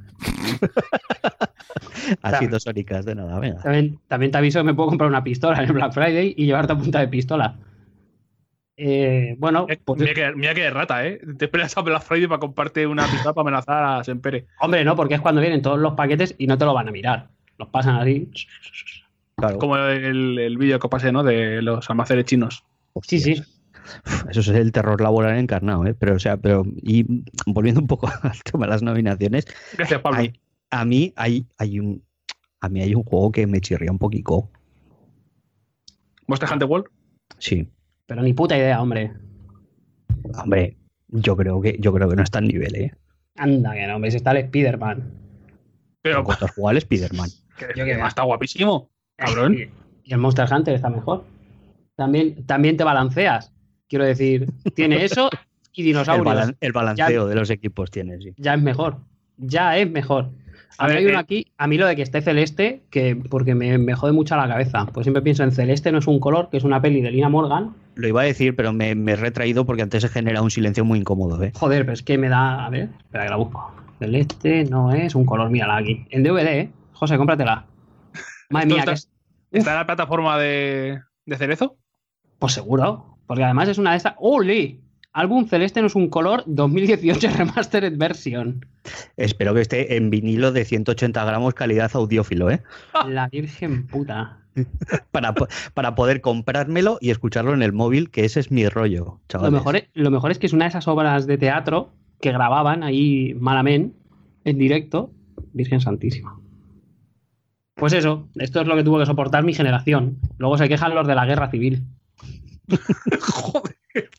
Así dos hóricas de nada, venga. También, también te aviso que me puedo comprar una pistola en el Black Friday y llevarte a punta de pistola. Eh, bueno, Eh, pues, Mira que, mira que de rata, ¿eh? Te esperas a Black Friday para comprarte una pistola para amenazar a Sempere. hombre, no, porque es cuando vienen todos los paquetes y no te lo van a mirar. Los pasan así. Claro. Como el, el vídeo que pasé, ¿no? De los almacenes chinos. Sí, sí. Uf, eso es el terror laboral encarnado, ¿eh? Pero, o sea, pero. Y volviendo un poco al tema de las nominaciones, Gracias, Pablo. hay- a mí hay, hay un. A mí hay un juego que me chirría un poquito. Monster Hunter World. Sí. Pero ni puta idea, hombre. Hombre, yo creo que, yo creo que no está en nivel, ¿eh? Anda, que no, hombre, si está el Spider-Man. Pero En cuanto a jugar al Spider-Man. que, Yo que qué va. está guapísimo. Cabrón. Y y el Monster Hunter está mejor. También, también te balanceas. Quiero decir, tiene eso y El, dinosaurios. balan- el balanceo de los equipos tiene, sí. Ya es mejor. Ya es mejor. A A mí ver, hay uno eh. aquí, a mí lo de que esté celeste, que porque me, me jode mucho la cabeza. Pues siempre pienso en Celeste no es un color, que es una peli de Lina Morgan. Lo iba a decir, pero me, me he retraído porque antes se genera un silencio muy incómodo, ¿eh? Joder, pero es que me da. A ver, espera que la busco. Celeste no es un color, mírala aquí. En D V D, ¿eh? José, cómpratela. Madre ¿Esto mía, está, que es. ¿Está en la plataforma de, de Cerezo? Pues seguro. Porque además es una de estas. ¡Ole! Álbum Celeste no es un color dos mil dieciocho Remastered Version. Espero que esté en vinilo de ciento ochenta gramos calidad audiófilo, ¿eh? La virgen puta. Para, po- para poder comprármelo y escucharlo en el móvil, que ese es mi rollo, Lo chavales. mejor, es, lo mejor es que es una de esas obras de teatro que grababan ahí malamente en directo. Virgen Santísima. Pues eso, esto es lo que tuvo que soportar mi generación. Luego se quejan los de la guerra civil. Joder,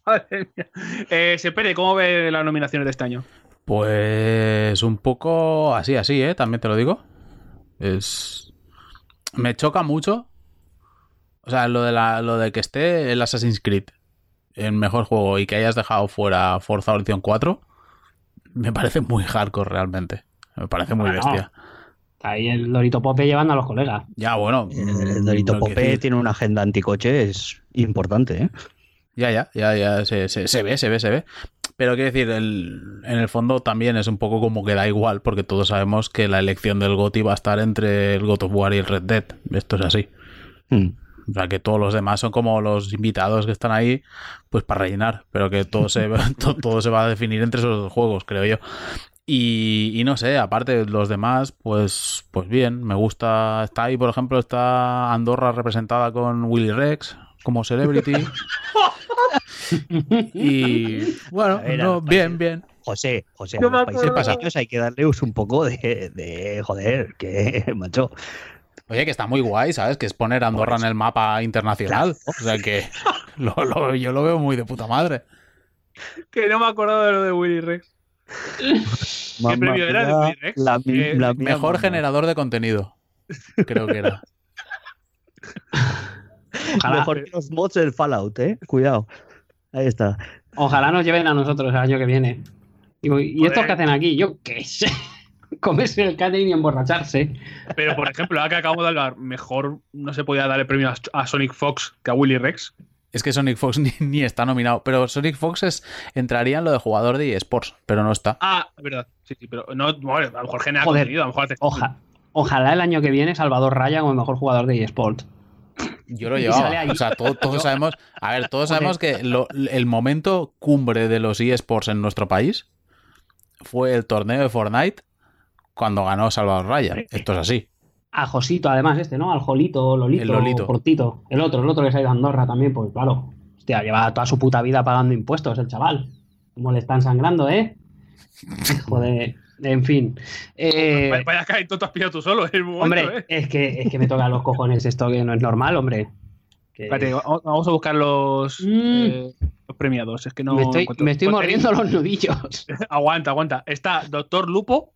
Madre mía. Eh, Sepere, ¿cómo ve las nominaciones de este año? Pues un poco así, así, ¿eh? También te lo digo. Es... Me choca mucho. O sea, lo de, la, lo de que esté el Assassin's Creed en mejor juego y que hayas dejado fuera Forza Horizon cuatro, me parece muy hardcore realmente. Me parece muy Bueno, bestia. ahí el Dorito Pope llevando a los colegas. Ya, bueno. El Dorito Pope tiene una agenda anticoche, es importante, ¿eh? Ya, ya, ya, ya, se, se, se ve, se ve, se ve. Pero quiero decir, el, en el fondo también es un poco como que da igual, porque todos sabemos que la elección del GOTY va a estar entre el God of War y el Red Dead. Esto es así. Hmm. O sea, que todos los demás son como los invitados que están ahí, pues para rellenar, pero que todo se, todo, todo se va a definir entre esos dos juegos, creo yo. Y, y no sé, aparte los demás, pues, pues bien, me gusta. Está ahí, por ejemplo, está Andorra representada con Willy Rex como celebrity. Y bueno, A ver, a no, los bien, países- bien. José, José, No a me los países acuerdo. pequeños hay que darles un poco de, de joder, que macho. Oye, que está muy guay, ¿sabes? Que es poner a Andorra en el mapa internacional. O sea que lo, lo- yo lo veo muy de puta madre. Que no me acuerdo de lo de Willy Rex. ¿Qué premio era de Willy Rex? La, mi- Eh, la mía, Mejor mamá. generador de contenido. Creo que era. Ojalá, Mejor que los mods del Fallout, eh. Cuidado. Ahí está. ojalá nos lleven a nosotros el año que viene. Digo, ¿y Joder. estos qué hacen aquí? Yo qué sé. Comerse el catering y emborracharse. Pero, por ejemplo, ahora que acabamos de hablar, mejor no se podía dar el premio a, a Sonic Fox que a Willy Rex. Es que Sonic Fox ni, ni está nominado. Pero Sonic Fox es, entraría en lo de jugador de eSports, pero no está. Ah, es verdad. Sí, sí, pero no, bueno, a lo mejor genera Joder. contenido, a lo mejor hace. Oja- ojalá el año que viene Salvador Raya como el mejor jugador de eSport. Yo lo Y llevaba. sale ahí. O sea, todo- todos sabemos. A ver, todos Joder. sabemos que lo- el momento cumbre de los eSports en nuestro país fue el torneo de Fortnite cuando ganó Salvador Raya. Esto es así. A Josito, además, este, ¿no? Al Jolito, Lolito, El Lolito. Portito. El otro, el otro que se ha ido a Andorra también, pues claro. Hostia, lleva toda su puta vida pagando impuestos el chaval. ¿Cómo le están sangrando, eh? Joder, en fin. Eh, Vaya, vaya que tú te has pillado tú solo en el momento, hombre, ¿eh? es que, es que me toca los cojones esto que no es normal, hombre. Que- Espérate, vamos vamos a buscar los, Mm. eh, los premiados. Es que no me estoy, encuentro. me estoy Contenido. mordiendo los nudillos. Aguanta, aguanta. Está Doctor Lupo,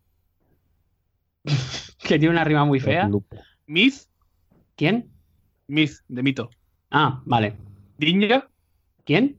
Que tiene una rima muy fea. Myth, ¿Quién? Myth, de mito. Ah, vale. Ninja, ¿Quién?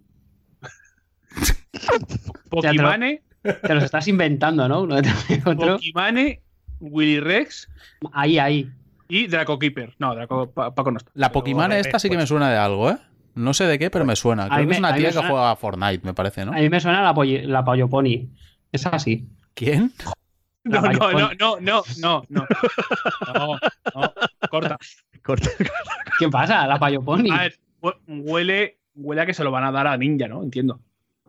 Pokimane, Te los estás inventando, ¿no? Uno detrás de otro. Pokimane, Willy Rex Ahí, ahí. y Draco Keeper. No, Draco Pa- Paco no está. La Pero- Pokémon esta sí que me suena de algo, ¿eh? No sé de qué, pero me suena. A Creo mí que me- es una a mí tía me que suena- juega a Fortnite, me parece, ¿no? A mí me suena la, pollo, la pollo pony. Es así. ¿Quién? No, La no, Payo no, Pony. no, no, no, no. No, no, corta. Corta. ¿Qué pasa? La payo pony. A ver, hue- huele, huele a que se lo van a dar a Ninja, ¿no? Entiendo.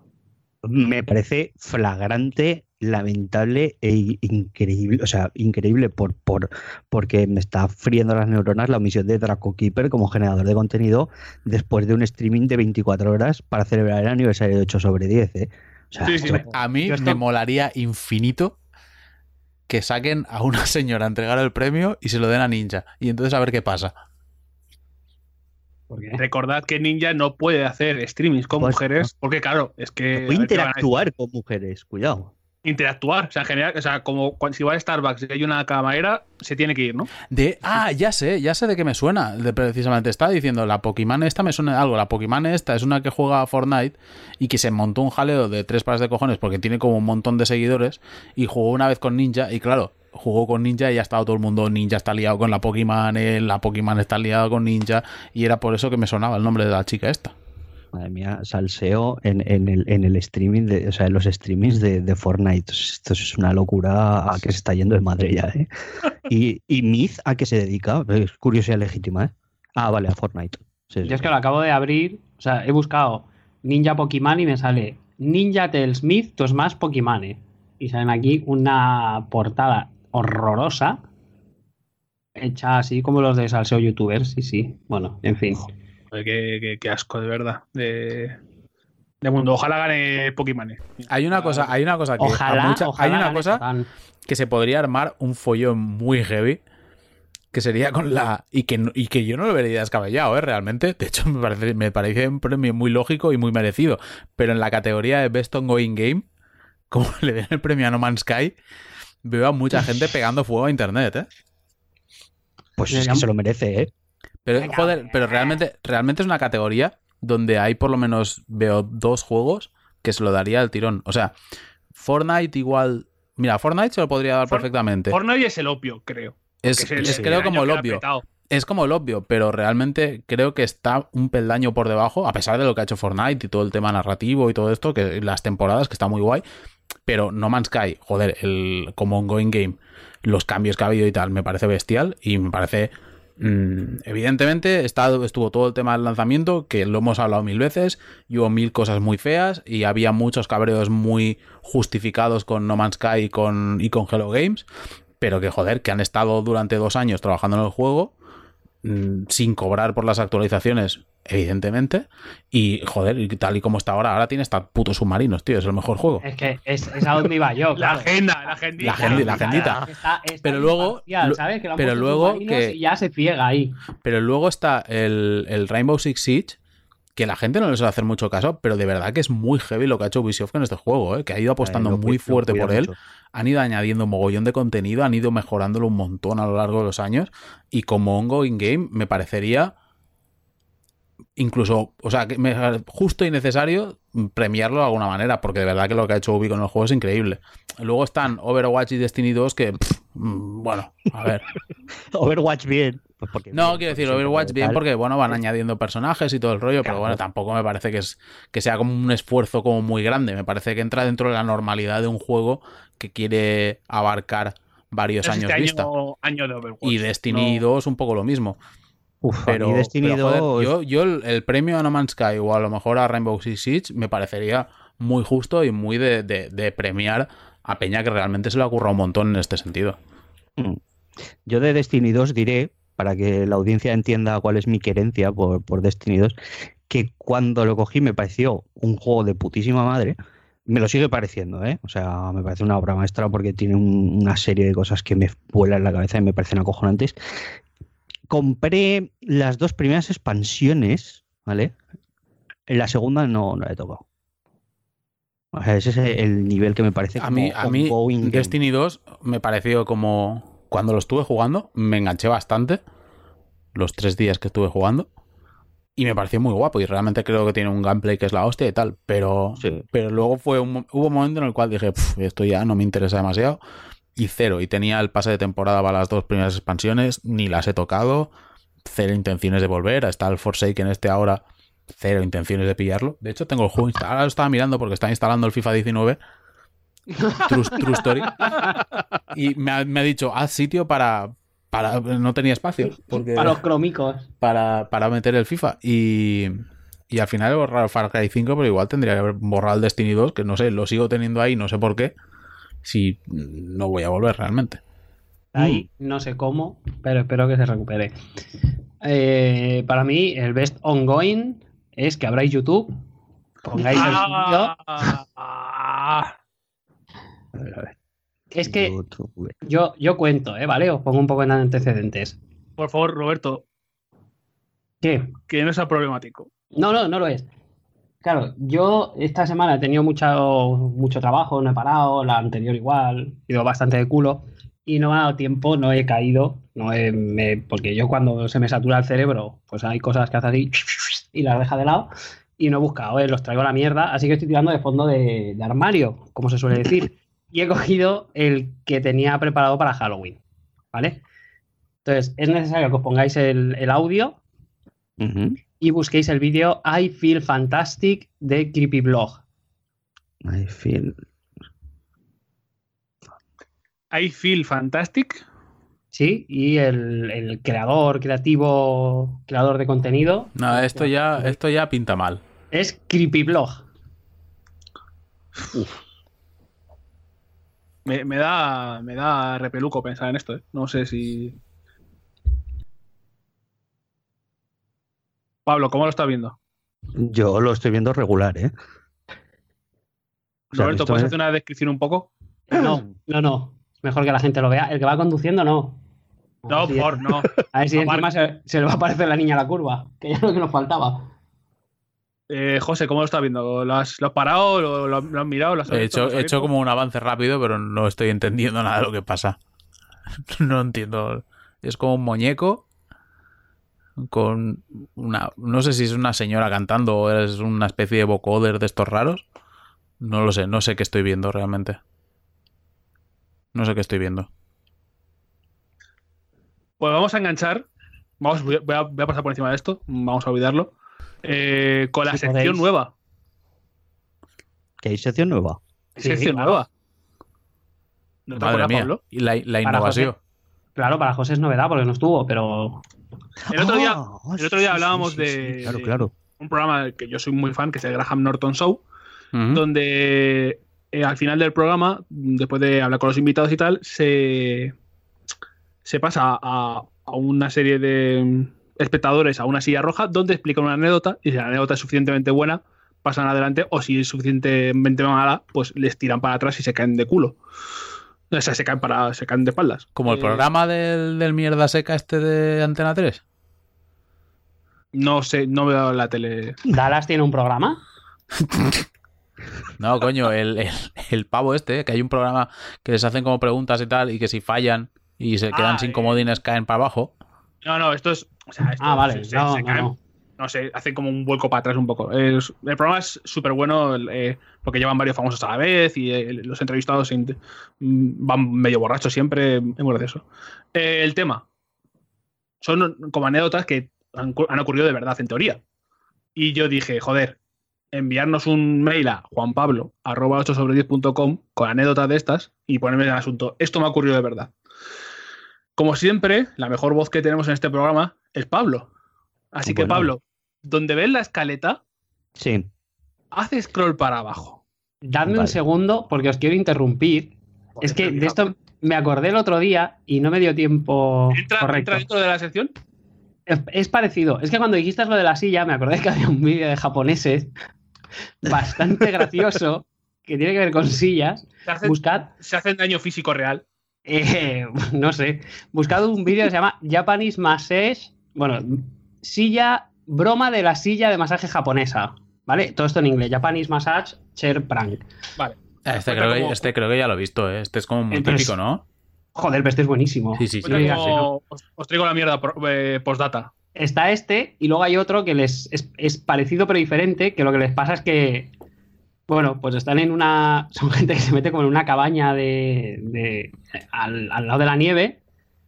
Me parece flagrante, lamentable e increíble, o sea, increíble por, por, porque me está friendo las neuronas la omisión de Draco Keeper como generador de contenido después de un streaming de veinticuatro horas para celebrar el aniversario de ocho sobre diez, ¿eh? O sea, Sí, sí. esto- A mí Yo esto- me molaría infinito que saquen a una señora a entregar el premio y se lo den a Ninja. Y entonces a ver qué pasa. ¿Por qué? Recordad que Ninja no puede hacer streamings con Pues, mujeres, porque claro, es que. puede a ver, ¿qué van a interactuar con mujeres, cuidado. interactuar. O sea, en general, o sea, como cuando, si va a Starbucks y hay una camarera, se tiene que ir, ¿no? De, ah, ya sé, ya sé de qué me suena. De, precisamente estaba diciendo, la Pokémon esta me suena de algo. La Pokémon esta es una que juega a Fortnite y que se montó un jaleo de tres pares de cojones porque tiene como un montón de seguidores y jugó una vez con Ninja y claro, jugó con Ninja y ya estaba todo el mundo, Ninja está liado con la Pokémon, eh, la Pokémon está liada con Ninja y era por eso que me sonaba el nombre de la chica esta. Madre mía, salseo en, en, el, en el streaming, de, o sea, en los streamings de, de Fortnite. Esto es una locura a que se está yendo de madre ya, ¿eh? Y, y Myth, ¿a qué se dedica? Es curiosidad legítima, ¿eh? Ah, vale, a Fortnite. Sí, sí. Yo es que lo acabo de abrir. O sea, he buscado Ninja Pokémon y me sale Ninja Tales Myth, dos más Pokémon. Y salen aquí una portada horrorosa. Hecha así como los de salseo youtubers. Sí, sí. Bueno, en fin. Joder, qué, qué- qué asco, de verdad. De, de mundo. Ojalá gane Pokémon. Hay una cosa, hay una cosa que a Ojalá, mucha- ojalá hay una gane cosa Satán. que se podría armar un follón muy heavy que sería con la... Y que, y que yo no lo vería descabellado, ¿eh? Realmente. De hecho, me parece, me parece un premio muy lógico y muy merecido. Pero en la categoría de Best Ongoing Game, como le den el premio a No Man's Sky, veo a mucha gente pegando fuego a internet, ¿eh? Pues es que se lo merece, ¿eh? Pero, joder, pero realmente, realmente es una categoría donde hay por lo menos, veo dos juegos que se lo daría al tirón. O sea, Fortnite igual... Mira, Fortnite se lo podría dar For, perfectamente. Fortnite es el obvio, creo. Es, es, el, es creo como el obvio. Es como el obvio, pero realmente creo que está un peldaño por debajo, a pesar de lo que ha hecho Fortnite y todo el tema narrativo y todo esto, que las temporadas, que está muy guay. Pero No Man's Sky, joder, el, como ongoing game, los cambios que ha habido y tal, me parece bestial y me parece... Mmm, evidentemente está, estuvo todo el tema del lanzamiento, que lo hemos hablado mil veces, y hubo mil cosas muy feas y había muchos cabreos muy justificados con No Man's Sky y con, y con Hello Games, pero que joder, que han estado durante dos años trabajando en el juego mmm, sin cobrar por las actualizaciones, evidentemente, y joder, y tal y como está ahora, ahora tiene hasta putos submarinos, tío, es el mejor juego. Es que es, es a donde iba yo, claro. La agenda, la agendita. La, agendi, la agendita. Está, está pero luego, ¿sabes? Que lo pero luego que y ya se ciega ahí. Pero luego está el, el Rainbow Six Siege, que la gente no le suele hacer mucho caso, pero de verdad que es muy heavy lo que ha hecho Ubisoft con este juego, ¿eh? Que ha ido apostando eh, muy fuerte por él. Mucho. Han ido añadiendo un mogollón de contenido, han ido mejorándolo un montón a lo largo de los años, y como ongoing game me parecería incluso, o sea, que me, justo y necesario premiarlo de alguna manera, porque de verdad que lo que ha hecho Ubi con el juego es increíble. Luego están Overwatch y Destiny dos, que pff, bueno, a ver. Overwatch bien. Pues porque no, bien, quiero decir, Overwatch bien porque, bueno, van añadiendo personajes y todo el rollo, claro. Pero bueno, tampoco me parece que, es, que sea como un esfuerzo como muy grande. Me parece que entra dentro de la normalidad de un juego que quiere abarcar varios es años este vista. Año, año de Overwatch. Y Destiny no. dos un poco lo mismo. Uf, pero, Destiny pero joder, dos... yo, yo el, el premio a No Man's Sky o a lo mejor a Rainbow Six Siege me parecería muy justo y muy de, de, de premiar a peña que realmente se le ha currado un montón en este sentido. Yo de Destiny dos diré, para que la audiencia entienda cuál es mi querencia por, por Destiny dos, que cuando lo cogí me pareció un juego de putísima madre. Me lo sigue pareciendo, ¿eh? O sea, me parece una obra maestra porque tiene un, una serie de cosas que me vuelan la cabeza y me parecen acojonantes. Compré las dos primeras expansiones, ¿vale? En la segunda no, no la he tocado. O sea, ese es el nivel que me parece a mí, a mí Destiny dos me pareció como... Cuando lo estuve jugando, me enganché bastante. Los tres días que estuve jugando. Y me pareció muy guapo. Y realmente creo que tiene un gameplay que es la hostia y tal. Pero, sí. pero luego fue un, hubo un momento en el cual dije, esto ya no me interesa demasiado. Y cero. Y tenía el pase de temporada para las dos primeras expansiones. Ni las he tocado. Cero intenciones de volver. Está el Forsaken este ahora. Cero intenciones de pillarlo. De hecho, tengo el juego instalado. Ahora lo estaba mirando porque está instalando el FIFA diecinueve. True, true story. Y me ha, me ha dicho, haz sitio para, para... No tenía espacio. Porque, para los cromicos. Para, para meter el FIFA. Y... Y al final he borrado el Far Cry cinco, pero igual tendría que haber borrado el Destiny dos, que no sé, lo sigo teniendo ahí, no sé por qué. Si no voy a volver realmente. Ahí no sé cómo, pero espero que se recupere. Eh, para mí, el best ongoing es que abráis YouTube, pongáis el vídeo. A ver, a ver. Es que yo, yo cuento, ¿eh? ¿Vale? Os pongo un poco en antecedentes. Por favor, Roberto. ¿Qué? Que no sea problemático. No, no, no lo es. Claro, yo esta semana he tenido mucho, mucho trabajo, no he parado, la anterior igual, he ido bastante de culo y no me ha dado tiempo, no he caído, no he, me, porque yo cuando se me satura el cerebro, pues hay cosas que hace así y las deja de lado y no he buscado, ¿eh? Los traigo a la mierda, así que estoy tirando de fondo de, de armario, como se suele decir, y he cogido el que tenía preparado para Halloween, ¿vale? Entonces, es necesario que os pongáis el, el audio. Uh-huh. Y busquéis el vídeo I Feel Fantastic de Creepy Blog. I Feel... I Feel Fantastic. Sí, y el, el creador, creativo, creador de contenido. No, esto ya, esto ya pinta mal. Es Creepy Blog. Uf. Me, me da me da repeluco pensar en esto, ¿eh? No sé si... Pablo, ¿cómo lo estás viendo? Yo lo estoy viendo regular, ¿eh? O sea, Roberto, ¿puedes es... hacer una descripción un poco? No, no, no. Es mejor que la gente lo vea. El que va conduciendo, no. No, ver si- por no. A ver si Aparte- encima se, se le va a aparecer la niña a la curva, que ya es lo que nos faltaba. Eh, José, ¿cómo lo estás viendo? ¿Lo has, lo has parado? ¿Lo, lo- lo has mirado? ¿Lo has He abierto? ¿Lo hecho, has he hecho abierto? como un avance rápido, pero no estoy entendiendo nada de lo que pasa. No entiendo. Es como un muñeco con una... No sé si es una señora cantando o es una especie de vocoder de estos raros. No lo sé, no sé qué estoy viendo realmente. No sé qué estoy viendo. Pues vamos a enganchar. Vamos, voy, a, voy a- voy a pasar por encima de esto. Vamos a olvidarlo. Eh, con la Si sección podéis. nueva. ¿Que hay sección nueva? Sí, sección claro. nueva. ¿No te Madre acuerdas, mía. Pablo? Y la, la Para innovación. José. Claro, para José es novedad porque no estuvo, pero El otro día, Ah, el otro día sí, sí, hablábamos sí, sí, de, Claro, de claro. un programa que yo soy muy fan, que es el Graham Norton Show, Ujú. donde eh, al final del programa, después de hablar con los invitados y tal, se, se pasa a, a una serie de espectadores a una silla roja donde explican una anécdota y si la anécdota es suficientemente buena, pasan adelante o si es suficientemente mala, pues les tiran para atrás y se caen de culo. O sea, se caen, para, se caen de espaldas. Como el Eh, programa del, del mierda seca este de Antena tres. No sé, no veo la tele. Dallas tiene un programa. No, coño, el, el, el pavo este, que hay un programa que les hacen como preguntas y tal, y que si fallan y se quedan Ah, sin eh. comodines caen para abajo. No, no, esto es. O sea, esto Ah, vale. se- No, se no, caen- no. no sé, hacen como un vuelco para atrás un poco. Es- el programa es súper bueno eh, porque llevan varios famosos a la vez y eh, los entrevistados se int- mm, van medio borrachos siempre. Es muy gracioso. Eh, el tema. Son como anécdotas que han, cu- han ocurrido de verdad, en teoría. Y yo dije, joder, enviarnos un mail a juanpablo arroba ocho sobre diez punto com con anécdotas de estas y ponerme en el asunto. Esto me ha ocurrido de verdad. Como siempre, la mejor voz que tenemos en este programa es Pablo. Así que, Bueno. Pablo, donde ves la escaleta, Sí. haz scroll para abajo. Dadme Vale. un segundo porque os quiero interrumpir. Es que de esto me acordé el otro día y no me dio tiempo ¿Entra, correcto. entra dentro de la sección? Es, es parecido. Es que cuando dijiste lo de la silla, me acordé que había un vídeo de japoneses bastante gracioso que tiene que ver con sillas. Se hacen, Buscad, se hacen daño físico real. eh, no sé, buscad un vídeo que se llama Japanese Massage. Bueno, silla, broma de la silla de masaje japonesa. ¿Vale? Todo esto en inglés. Japanese Massage Chair Prank. Vale. Este Cuenta creo, que, como- este creo que ya lo he visto, ¿eh? Este es como muy Entonces- típico, ¿no? Joder, pero este es buenísimo. Sí, sí, sí. No Cuenta digas como- eso. os, os traigo la mierda por- eh, postdata. Está este y luego hay otro que les es, es parecido pero diferente, que lo que les pasa es que, bueno, pues están en una... Son gente que se mete como en una cabaña de, de al, al lado de la nieve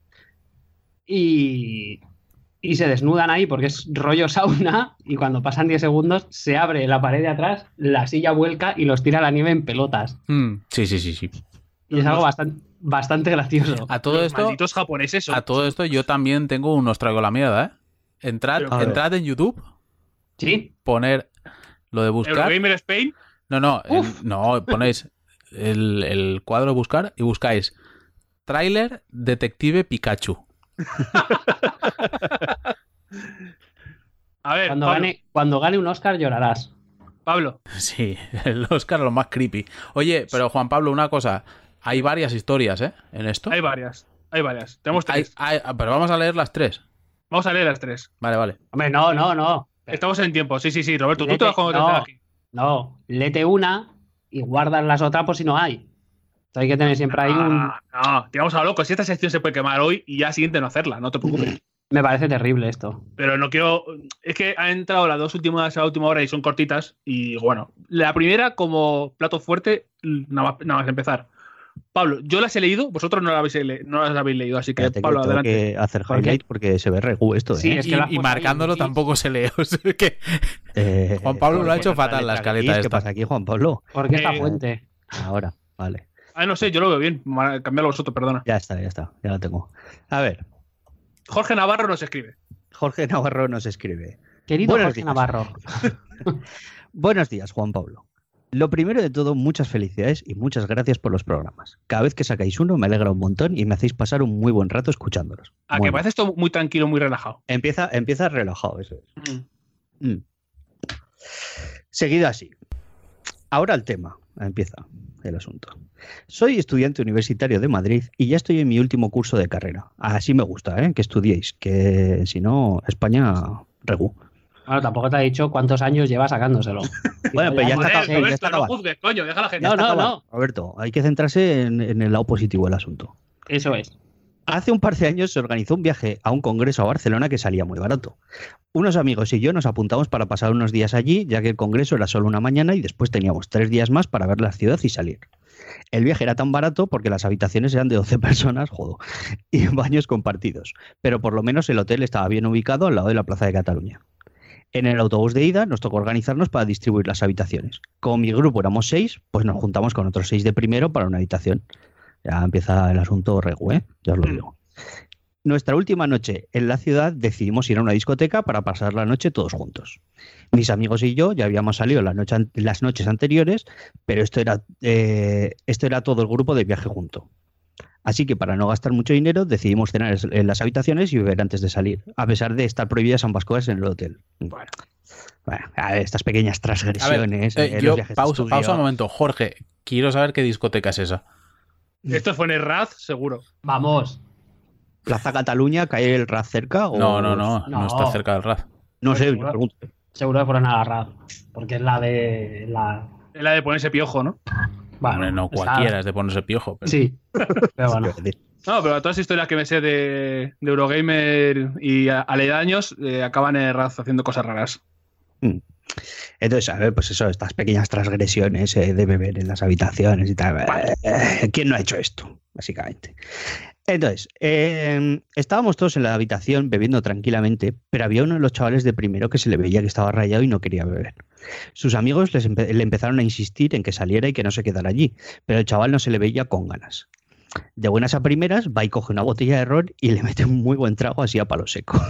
y, y se desnudan ahí porque es rollo sauna y cuando pasan diez segundos se abre la pared de atrás, la silla vuelca y los tira a la nieve en pelotas. Mm, sí, sí, sí, sí. Y es algo bastante, bastante gracioso. A todo Los esto, malditos japoneses son- a todo esto yo también tengo unos traigo la mierda, ¿eh? Entrad, Pero- entrad en YouTube, ¿Sí? poner lo de buscar. Eurogamer Spain. No, no, en- Uf. no, ponéis el, el cuadro de buscar y buscáis tráiler Detective Pikachu. A ver, Cuando Pablo, gane, cuando gane un Oscar llorarás. Pablo, Sí, el Oscar lo más creepy. Oye, pero Juan Pablo, una cosa. Hay varias historias, ¿eh? En esto. hay varias. Hay varias. Tenemos Hay- tres. hay- pero vamos a leer las tres. Vamos a leer las tres. Vale, vale. Hombre, no, no, no. Estamos en tiempo. Sí, sí, sí. Roberto, tú Lete- te vas cuando te no. estés aquí. No, lete una y guardas las otras por si no hay. Entonces hay que tener siempre ahí un... Ah, no, tiramos a lo loco. Si esta sección se puede quemar hoy y ya siguiente no hacerla, no te preocupes. Me parece terrible esto. Pero no quiero. Es que han entrado las dos últimas a la última hora y son cortitas. Y bueno, la primera, como plato fuerte, nada más, nada más empezar. Pablo, yo las he leído, vosotros no las habéis, le- no las habéis leído, así que Espérate que Pablo, tengo adelante. que hacer ¿Por qué? highlight porque se ve regu esto, ¿eh? Sí, es que y, la has y puesto ahí marcándolo en GIF. tampoco se lee. O sea, que Eh, Juan Pablo lo ha porque hecho la fatal, la letra escaleta gris, ¿Qué esta. pasa aquí, Juan Pablo? ¿Por qué esta Eh, fuente? Ahora, vale. Ah, no sé, yo lo veo bien. Ma- Cambiadlo vosotros, perdona. Ya está, ya está, ya lo tengo. A ver, Jorge Navarro nos escribe. Jorge Navarro nos escribe. Querido buenos Jorge días. Navarro. Buenos días, Juan Pablo. Lo primero de todo, muchas felicidades y muchas gracias por los programas. Cada vez que sacáis uno me alegra un montón y me hacéis pasar un muy buen rato escuchándolos. A Muy que bien. parece esto muy tranquilo, muy relajado. Empieza, empieza relajado, eso es. Mm. Mm. Seguido así. Ahora el tema, empieza el asunto. Soy estudiante universitario de Madrid y ya estoy en mi último curso de carrera. Así me gusta, ¿eh? Que estudiéis, que si no, España, regu. Bueno, tampoco te ha dicho cuántos años lleva sacándoselo. Bueno, pero ya está, Joder, acabado, ya está Roberto, no acabado. juzgues, coño, deja a la gente. No, Está no, acabado, no. Roberto, hay que centrarse en, en el lado positivo del asunto. Eso es. Hace un par de años se organizó un viaje a un congreso a Barcelona que salía muy barato. Unos amigos y yo nos apuntamos para pasar unos días allí, ya que el congreso era solo una mañana y después teníamos tres días más para ver la ciudad y salir. El viaje era tan barato porque las habitaciones eran de doce personas, jodo, y baños compartidos, pero por lo menos el hotel estaba bien ubicado al lado de la Plaza de Cataluña. En el autobús de ida nos tocó organizarnos para distribuir las habitaciones. Como mi grupo éramos seis, pues nos juntamos con otros seis de primero para una habitación. Ya empieza el asunto regu, ¿eh? Ya os lo digo. Nuestra última noche en la ciudad decidimos ir a una discoteca para pasar la noche todos juntos. Mis amigos y yo ya habíamos salido la noche, las noches anteriores, pero esto era, eh, esto era todo el grupo de viaje junto. Así que para no gastar mucho dinero decidimos cenar en las habitaciones y beber antes de salir, a pesar de estar prohibidas ambas cosas en el hotel. Bueno, bueno a ver, estas pequeñas transgresiones. A ver, eh, eh, yo, los viajes de pausa, estudio. pausa un momento. Jorge, quiero saber qué discoteca es esa. Esto fue en el Raz, seguro. Vamos. Plaza Cataluña, ¿cae el Raz cerca? O... No, no, no, no, No. está cerca del Raz. No sé, Seguro. yo pregunto. Seguro que fueron a la R A D. Porque es la de. La... Es la de ponerse piojo, ¿no? Bueno, Hombre, no está- cualquiera es de ponerse piojo. Pero... Sí. Pero bueno. No, pero todas las historias que me sé de, de Eurogamer y a- aledaños eh, acaban en el Raz haciendo cosas raras. Entonces, a ver, pues eso, estas pequeñas transgresiones eh, de beber en las habitaciones y tal. eh, ¿Quién no ha hecho esto? Básicamente. Entonces, eh, estábamos todos en la habitación bebiendo tranquilamente, pero había uno de los chavales de primero que se le veía que estaba rayado y no quería beber. Sus amigos les empe- le empezaron a insistir en que saliera y que no se quedara allí, pero el chaval no se le veía con ganas. De buenas a primeras, va y coge una botella de ron y le mete un muy buen trago así a palo seco.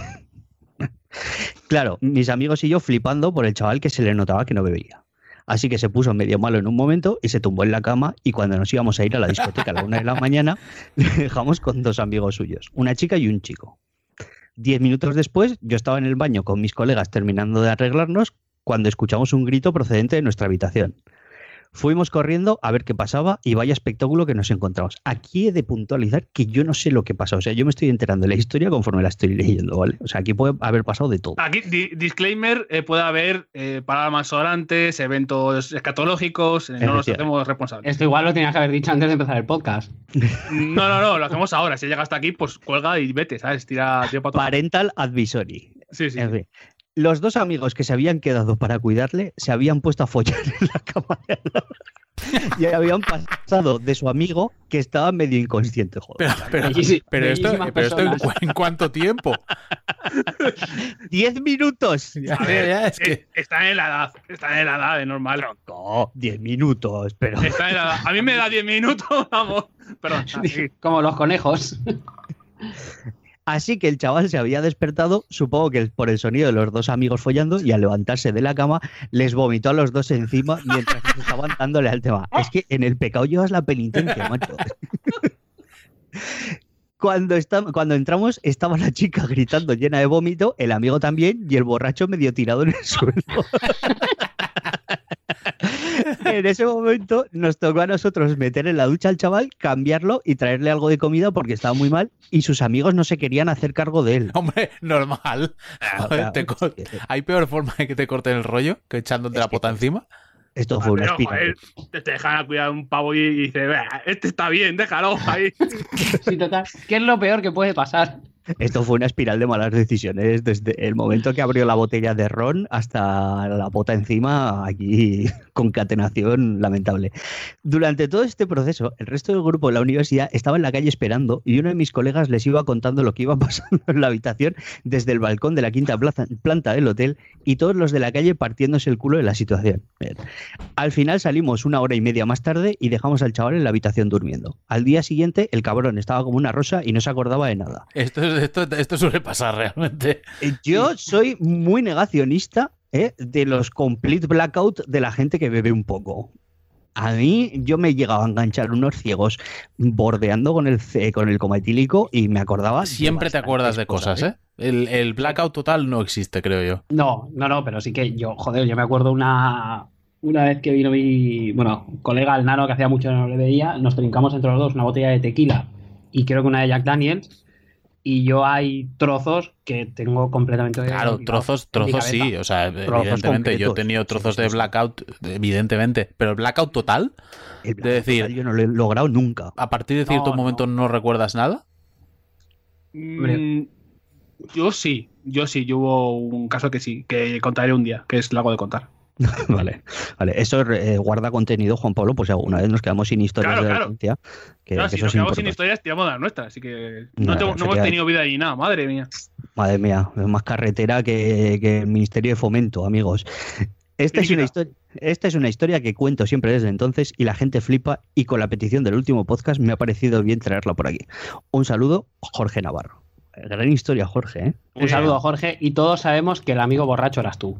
Claro, mis amigos y yo flipando por el chaval que se le notaba que no bebía. Así que se puso medio malo en un momento y se tumbó en la cama y cuando nos íbamos a ir a la discoteca a la una de la mañana, le dejamos con dos amigos suyos, una chica y un chico. Diez minutos después, yo estaba en el baño con mis colegas terminando de arreglarnos cuando escuchamos un grito procedente de nuestra habitación. Fuimos corriendo a ver qué pasaba y vaya espectáculo que nos encontramos. Aquí he de puntualizar que yo no sé lo que pasa. O sea, yo me estoy enterando de la historia conforme la estoy leyendo, ¿vale? O sea, aquí puede haber pasado de todo. Aquí, di- disclaimer, eh, puede haber eh, palabras malsonantes, eventos escatológicos, eh, no nos Efectivamente. hacemos responsables. Esto igual lo tenías que haber dicho antes de empezar el podcast. No, no, no, lo hacemos ahora. Si llega hasta aquí, pues cuelga y vete, ¿sabes? Tira, tira para atrás. Parental advisory. Sí, sí. En fin. Los dos amigos que se habían quedado para cuidarle se habían puesto a follar en la cama de al lado. Y habían pasado de su amigo que estaba medio inconsciente, joder. Pero, pero, Bellísi- pero esto, bellísimas pero esto en, personas. cu- ¿en cuánto tiempo? ¡Diez minutos! Ya, A ver, ya, es eh, que... Está en la edad, está en la edad, es normal. No, diez minutos, pero... Está en la edad. A mí me da diez minutos, vamos. Perdón. así. Como los conejos. Así que el chaval se había despertado, supongo que por el sonido de los dos amigos follando, y al levantarse de la cama les vomitó a los dos encima mientras estaban dándole al tema. Es que en el pecado llevas la penitencia, macho. Cuando, está, cuando entramos estaba la chica gritando llena de vómito, el amigo también y el borracho medio tirado en el suelo. En ese momento nos tocó a nosotros meter en la ducha al chaval, cambiarlo y traerle algo de comida porque estaba muy mal y sus amigos no se querían hacer cargo de él. Hombre, normal. Joder, te co- ¿Hay peor forma de que te corten el rollo que echándote la pota encima? Esto fue una Pero, espiral. joder, te, te dejan a cuidar un pavo y, y dices, "Bah, este está bien, déjalo ahí". Sí, total. ¿Qué es lo peor que puede pasar? Esto fue una espiral de malas decisiones desde el momento que abrió la botella de ron hasta la bota encima, aquí concatenación lamentable. Durante todo este proceso, el resto del grupo de la universidad estaba en la calle esperando y uno de mis colegas les iba contando lo que iba pasando en la habitación desde el balcón de la quinta plaza- planta del hotel y todos los de la calle partiéndose el culo de la situación. Bien. Al final salimos una hora y media más tarde y dejamos al chaval en la habitación durmiendo. Al día siguiente, el cabrón estaba como una rosa y no se acordaba de nada. Esto, es- esto, esto suele pasar realmente. Eh, Yo soy muy negacionista ¿eh? de los complete blackout de la gente que bebe un poco. A mí yo me llegaba a enganchar unos ciegos bordeando con el, ce- con el coma etílico y me acordaba... de Siempre te acuerdas de bastantes cosas, ¿eh? El, el blackout total no existe, creo yo. No, no, no, pero sí que yo, joder, yo me acuerdo una, una vez que vino mi, bueno, colega, el Nano, que hacía mucho que no le veía, nos trincamos entre los dos una botella de tequila y creo que una de Jack Daniels. Y yo hay trozos que tengo completamente... Claro, trozos, trozos sí, o sea, trozos evidentemente concretos. Yo he tenido trozos sí, sí, sí. de blackout, evidentemente, pero el blackout total, el blackout de decir... Total yo no lo he logrado nunca. ¿A partir de cierto no, momento no. no recuerdas nada? Mm, yo sí, yo sí, yo hubo un caso que sí, que contaré un día, que es largo de contar. Vale, vale. Eso eh, guarda contenido, Juan Pablo, pues si alguna vez nos quedamos sin historias claro, de la claro. audiencia. Que, claro, que si eso nos es quedamos importante. sin historias, tiramos de las nuestras, así que no, No, te, no sería... hemos tenido vida ni nada, madre mía. Madre mía, es más carretera que, que el Ministerio de Fomento, amigos. Esta es, una historia, esta es una historia que cuento siempre desde entonces y la gente flipa, y con la petición del último podcast me ha parecido bien traerla por aquí. Un saludo, Jorge Navarro. Gran historia, Jorge, ¿eh? Un saludo, Jorge, y todos sabemos que el amigo borracho eras tú.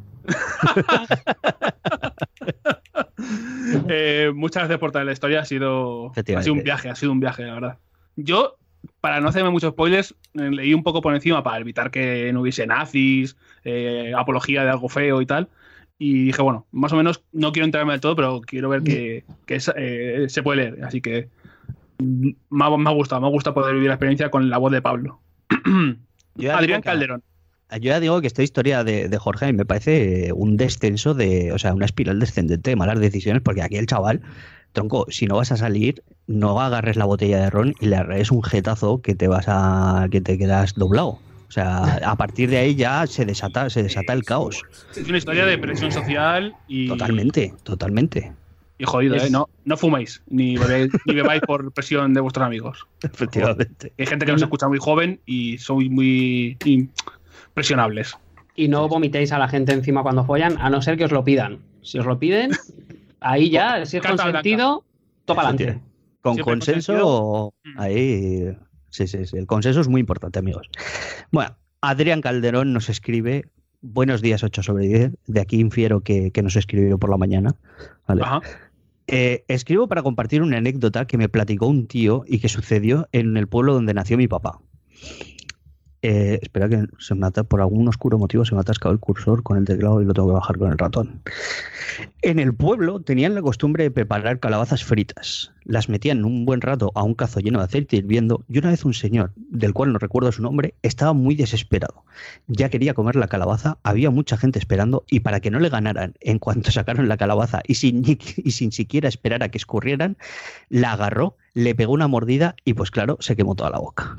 eh, muchas gracias por traer la historia, ha sido, ha sido un viaje, ha sido un viaje, la verdad. Yo, para no hacerme muchos spoilers, eh, leí un poco por encima para evitar que no hubiese nazis, eh, apología de algo feo y tal. Y dije, bueno, más o menos no quiero enterarme del todo, pero quiero ver que, que es, eh, se puede leer. Así que me ha, me ha gustado, me ha gustado poder vivir la experiencia con la voz de Pablo. Adrián Calderón. Yo ya digo que esta historia de, de Jorge me parece un descenso de, o sea, una espiral descendente de malas decisiones, porque aquí el chaval, tronco, si no vas a salir, no agarres la botella de ron y le agarres un jetazo que te vas a, que te quedas doblado. O sea, a partir de ahí ya se desata, se desata el caos. Es una historia de presión social y... Totalmente, totalmente. Y jodido, es... ¿eh? No, no fuméis, ni bebéis, ni bebáis por presión de vuestros amigos. Efectivamente. Hay gente que nos escucha muy joven y son muy presionables. Y no vomitéis a la gente encima cuando follan, a no ser que os lo pidan. Si os lo piden, ahí ya, si es consentido, topa adelante. Con Siempre consenso, ahí... Sí, sí, sí. El consenso es muy importante, amigos. Bueno, Adrián Calderón nos escribe: buenos días, ocho sobre diez. De aquí infiero que, que nos escribió por la mañana. ¿Vale? Ajá. Eh, escribo para compartir una anécdota que me platicó un tío y que sucedió en el pueblo donde nació mi papá. Eh, espera que se me ata, por algún oscuro motivo se me ha atascado el cursor con el teclado y lo tengo que bajar con el ratón. En el pueblo tenían la costumbre de preparar calabazas fritas. Las metían un buen rato a un cazo lleno de aceite hirviendo, y una vez un señor, del cual no recuerdo su nombre, estaba muy desesperado. Ya quería comer la calabaza, había mucha gente esperando, y para que no le ganaran en cuanto sacaron la calabaza y sin, y sin siquiera esperar a que escurrieran, la agarró, le pegó una mordida y pues claro, se quemó toda la boca.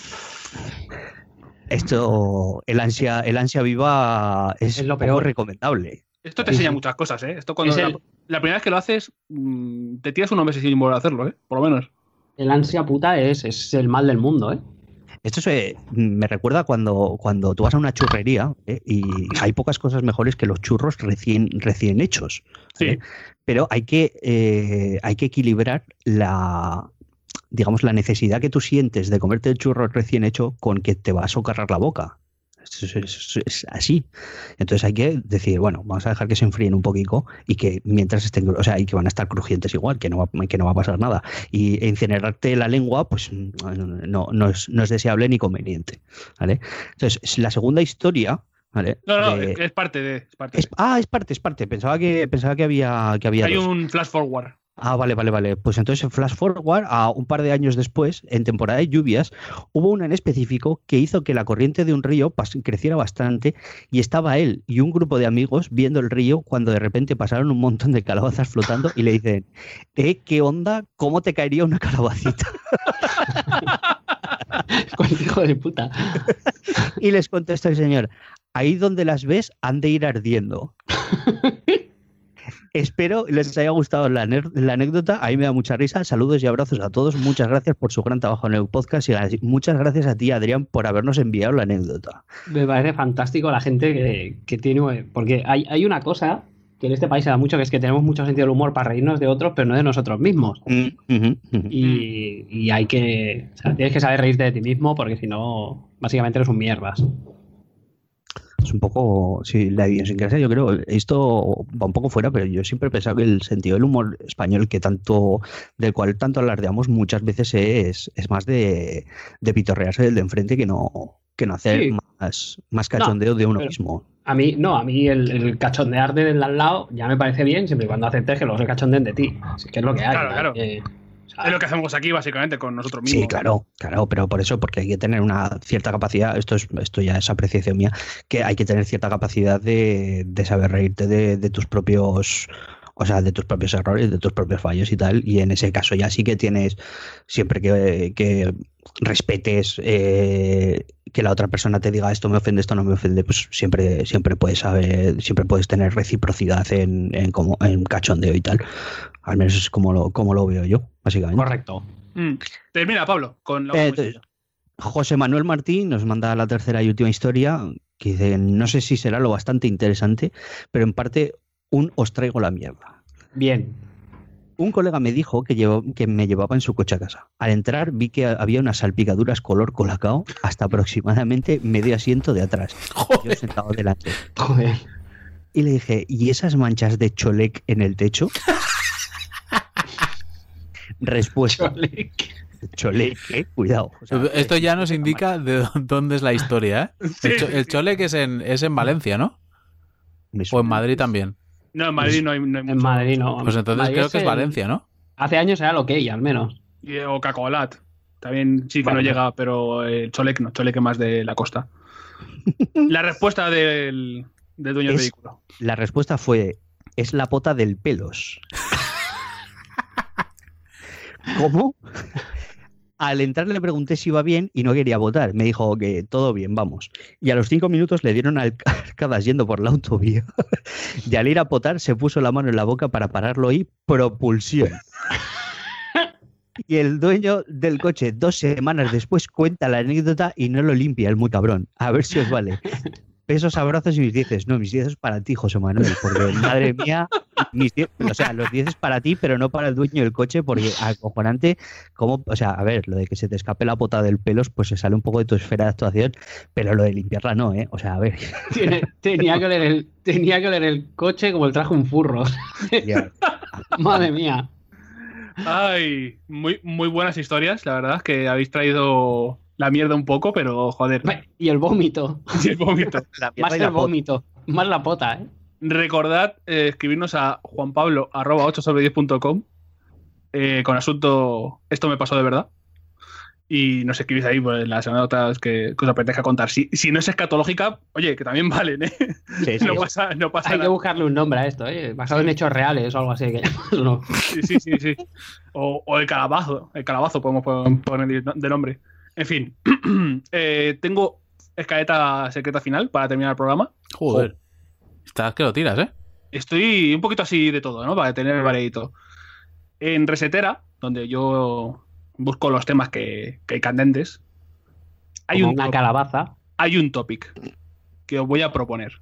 Esto, el ansia, el ansia viva es, es lo peor recomendable. Esto te enseña muchas cosas, ¿eh? Esto cuando el... la, la primera vez que lo haces, te tiras unos meses sin volver a hacerlo, ¿eh? Por lo menos. El ansia puta es, es el mal del mundo, ¿eh? Esto se, me recuerda cuando, cuando tú vas a una churrería, ¿eh? Y hay pocas cosas mejores que los churros recién, recién hechos, ¿eh? Sí. Pero hay que, eh, hay que equilibrar la... digamos, la necesidad que tú sientes de comerte el churro recién hecho con que te va a socarrar la boca. Es, es, es, es así. Entonces hay que decir, bueno, vamos a dejar que se enfríen un poquito y que mientras estén, o sea, y que van a estar crujientes igual, que no va, que no va a pasar nada. Y incinerarte la lengua, pues no, no, es, no es deseable ni conveniente, ¿vale? Entonces, la segunda historia... ¿vale? No, no, de, es parte de... Es parte es, de. Ah, es parte, es parte. Pensaba que, pensaba que había... Que había hay dos. un flash forward. Ah, vale, vale, vale. Pues entonces en Flash Forward, a un par de años después, en temporada de lluvias, hubo una en específico que hizo que la corriente de un río creciera bastante, y estaba él y un grupo de amigos viendo el río cuando de repente pasaron un montón de calabazas flotando y le dicen, ¿eh, qué onda? ¿Cómo te caería una calabacita? Hijo de puta. Y les contesta el señor, ahí donde las ves han de ir ardiendo. Espero les haya gustado la, la anécdota. A mí me da mucha risa. Saludos y abrazos a todos. Muchas gracias por su gran trabajo en el podcast y muchas gracias a ti, Adrián, por habernos enviado la anécdota. Me parece fantástico la gente que, que tiene... Porque hay, hay una cosa que en este país se da mucho, que es que tenemos mucho sentido del humor para reírnos de otros, pero no de nosotros mismos. Mm, uh-huh, uh-huh. Y, y hay que... O sea, tienes que saber reírte de ti mismo, porque si no, básicamente eres un mierdas. Es un poco, sí, la idiosincrasia, yo creo, esto va un poco fuera, pero yo siempre he pensado que el sentido del humor español que tanto, del cual tanto alardeamos muchas veces es, es más de, de pitorrearse del de enfrente que no, que no hacer Sí. más, más cachondeo No, de uno pero- mismo. A mí, no, a mí el, el cachondear del al lado ya me parece bien, siempre y cuando aceptes que luego se cachondeen de ti. Así que es lo que hay. Claro, ¿no? claro. Eh, o sea, Es lo que hacemos aquí, básicamente, con nosotros mismos. Sí, claro, claro, pero por eso, porque hay que tener una cierta capacidad, esto es, esto ya es apreciación mía, que hay que tener cierta capacidad de, de saber reírte de, de tus propios, o sea, de tus propios errores, de tus propios fallos y tal, y en ese caso ya sí que tienes, siempre que, que respetes eh, que la otra persona te diga esto me ofende, esto no me ofende, pues siempre, siempre puedes saber, siempre puedes tener reciprocidad en, en, como, en cachondeo y tal. Al menos es como lo, como lo veo yo, básicamente. correcto. Mm. Termina, Pablo, con la Eh, última historia. José Manuel Martín nos manda la tercera y última historia, que dice, no sé si será lo bastante interesante, pero en parte un os traigo la mierda. Bien. Un colega me dijo que, llevó, que me llevaba en su coche a casa. Al entrar vi que había unas salpicaduras color colacao hasta aproximadamente medio asiento de atrás. Yo sentado delante. Joder. Y le dije, ¿y esas manchas de cholec en el techo? Respuesta. Cholec, ¿eh? Cuidado. O sea, Esto ya nos indica de dó- dónde es la historia, ¿eh? Sí, El, cho- sí, el sí. Chole que es en, es en Valencia, ¿no? me O en suena. Madrid también. No, en Madrid no hay, no hay En mucho. Madrid no. Pues entonces Madrid creo que es el- Valencia, ¿no? Hace años era lo que hay, al menos. Y- O Cacolat. También sí que Bueno, no llega, pero el Cholec no, Cholec es más de la costa. La respuesta del, del dueño del Es- vehículo. La respuesta fue, es la pota del pelos. ¿Cómo? Al entrar le pregunté si iba bien y no quería votar. Me dijo que todo bien, vamos. Y a los cinco minutos le dieron arcadas yendo por la autovía. Y al ir a potar se puso la mano en la boca para pararlo y propulsión. Y el dueño del coche dos semanas después cuenta la anécdota y no lo limpia el muy cabrón. A ver si os vale. Besos, abrazos y mis dieces. No, mis dieces para ti, José Manuel, porque madre mía, mis die- o sea, los dieces para ti, pero no para el dueño del coche, porque acojonante, como, o sea, a ver, lo de que se te escape la pota del pelos, pues se sale un poco de tu esfera de actuación, pero lo de limpiarla no, ¿eh? O sea, a ver. Tiene- tenía, que oler el, tenía que oler el coche como el traje un furro. Ya. Madre mía. Ay, muy, muy buenas historias, la verdad, que habéis traído la mierda un poco, pero joder, Y el vómito. sí, el vómito. La mierda Más y el la pota. vómito. Más la pota, ¿eh? Recordad eh, escribirnos a juanpablo arroba ocho sobre diez punto com eh, con asunto esto me pasó de verdad. Y nos escribís ahí pues, las anécdotas que, que os apetezca contar. Si, si no es escatológica, oye, que también valen, ¿eh? Sí, sí. No pasa, no pasa Hay que nada. buscarle un nombre a esto, ¿eh? Basado en hechos reales o algo así. Que llamarlo. Sí, sí, sí, sí. O, o el calabazo. El calabazo podemos pon- poner de nombre. En fin. eh, tengo escaleta secreta final para terminar el programa. Joder. Estás que lo tiras, ¿eh? Estoy un poquito así de todo, ¿no? Para tener variadito. En Resetera, donde yo busco los temas que, que hay candentes, hay Como un, una top- calabaza. hay un topic que os voy a proponer.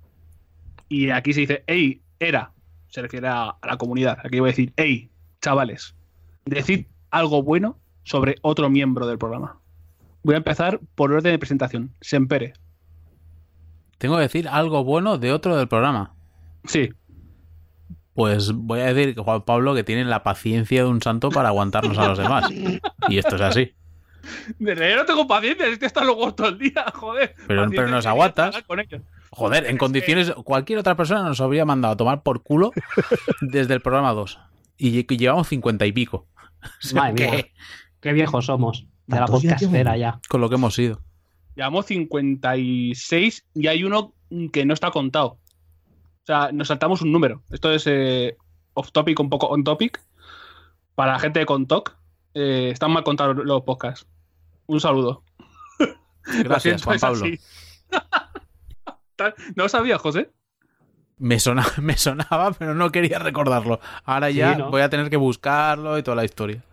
Y aquí se dice, hey, era, se refiere a, a la comunidad. Aquí voy a decir, hey, chavales, decid algo bueno sobre otro miembro del programa. Voy a empezar por orden de presentación. Sempere. Tengo que decir algo bueno de otro del programa. Sí. Pues voy a decir que Juan Pablo que tiene la paciencia de un santo para aguantarnos a los demás. Y esto es así. De verdad, no tengo paciencia, es que estás luego todo el día, joder. Pero- Paciencia pero nos tenía que aguantas. hablar con ellos. Joder, en condiciones, cualquier otra persona nos habría mandado a tomar por culo desde el programa dos. Y lle- llevamos cincuenta y pico. O sea, Madre mía. que- Qué viejos somos. De la ¿Tantos ya podcastera llevamos? ya. con lo que hemos sido. Llevamos cincuenta y seis y hay uno que no está contado. O sea, nos saltamos un número. Esto es eh, off topic, un poco on topic. Para la gente de Contoc, eh, están mal contados los podcasts. Un saludo. Lo Gracias, siento, Juan es Pablo. así. ¿No lo sabías, José? Me, sona- me sonaba, pero no quería recordarlo. Ahora Sí, ya ¿no? voy a tener que buscarlo y toda la historia.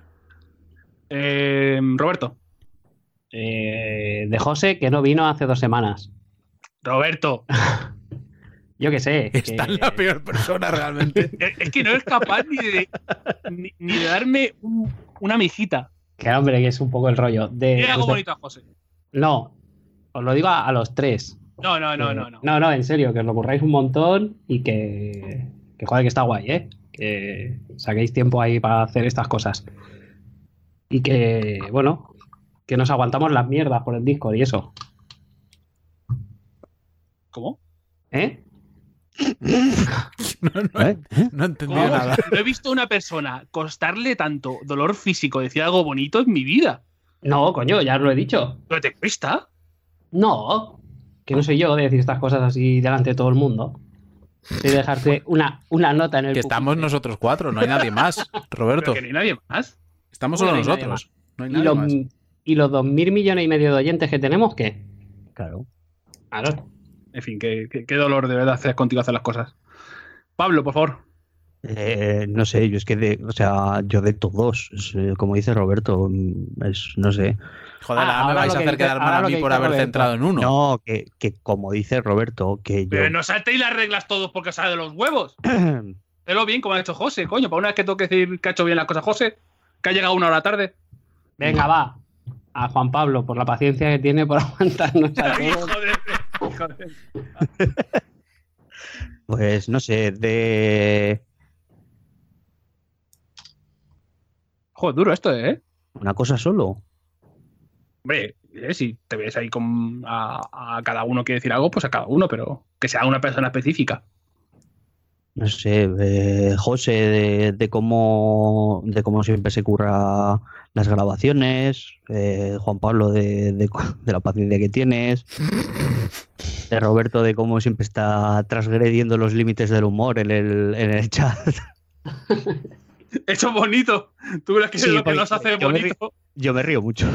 Eh, Roberto. Eh, de José, que no vino hace dos semanas. Roberto. Yo qué sé. Está que- en la peor persona realmente. Es es que no eres capaz ni de, ni, ni de darme un- una mijita. Que hombre, que es un poco el rollo. De, Dile algo pues de- bonito a José. No, os lo digo a, a los tres. No, no, no, Que- no, no. No, no, en serio, que os lo curráis un montón y que, que joder, que está guay, ¿eh? Que saquéis tiempo ahí para hacer estas cosas. Y que, bueno, que nos aguantamos las mierdas por el Discord y eso. ¿Cómo? ¿Eh? No, no, ¿Eh? no entendí ¿Cómo? nada. No he visto a una persona costarle tanto dolor físico decir algo bonito en mi vida. No, coño, ya os lo he dicho. ¿Pero te cuesta? No, que no soy yo de decir estas cosas así delante de todo el mundo. De dejarte una, una nota en el Que estamos pupitre. nosotros cuatro, no hay nadie más, Roberto. Pero que ni nadie más. Estamos ¿Cómo solo que no hay nadie nosotros. No hay ¿Y nadie los, más. ¿Y los dos mil millones y medio de oyentes que tenemos qué? Claro. Claro. En fin, qué, qué, qué dolor de verdad hacer contigo hacer las cosas. Pablo, por favor. Eh, no sé, yo es que de, o sea, yo de todos, es, eh, como dice Roberto, mm, es, no sé. Joder, Ah, ahora me ahora vais lo a que hacer dice- quedar mal ahora a lo mí que por dice haber Roberto. centrado en uno. No, que, que como dice Roberto, que yo. Pero no saltéis las reglas todos porque os sale de los huevos. Velo bien como ha hecho José, coño. Para una vez que tengo que decir que ha hecho bien las cosas José, que ha llegado una hora tarde. Venga, va. A Juan Pablo, por la paciencia que tiene por aguantarnos a Hijo todos. de- hijo de- Pues no sé, de Joder, duro esto, ¿eh? una cosa solo. Hombre, eh, si te ves ahí con a, a cada uno quiere decir algo, pues a cada uno, pero que sea una persona específica. No sé, de José, de, de cómo de cómo siempre se curra las grabaciones, eh, Juan Pablo de, de, de la paciencia que tienes, de Roberto de cómo siempre está transgrediendo los límites del humor en el, en el chat. Eso es bonito. ¿Tú crees que Sí, es lo que porque nos hace yo me bonito? Yo me río mucho.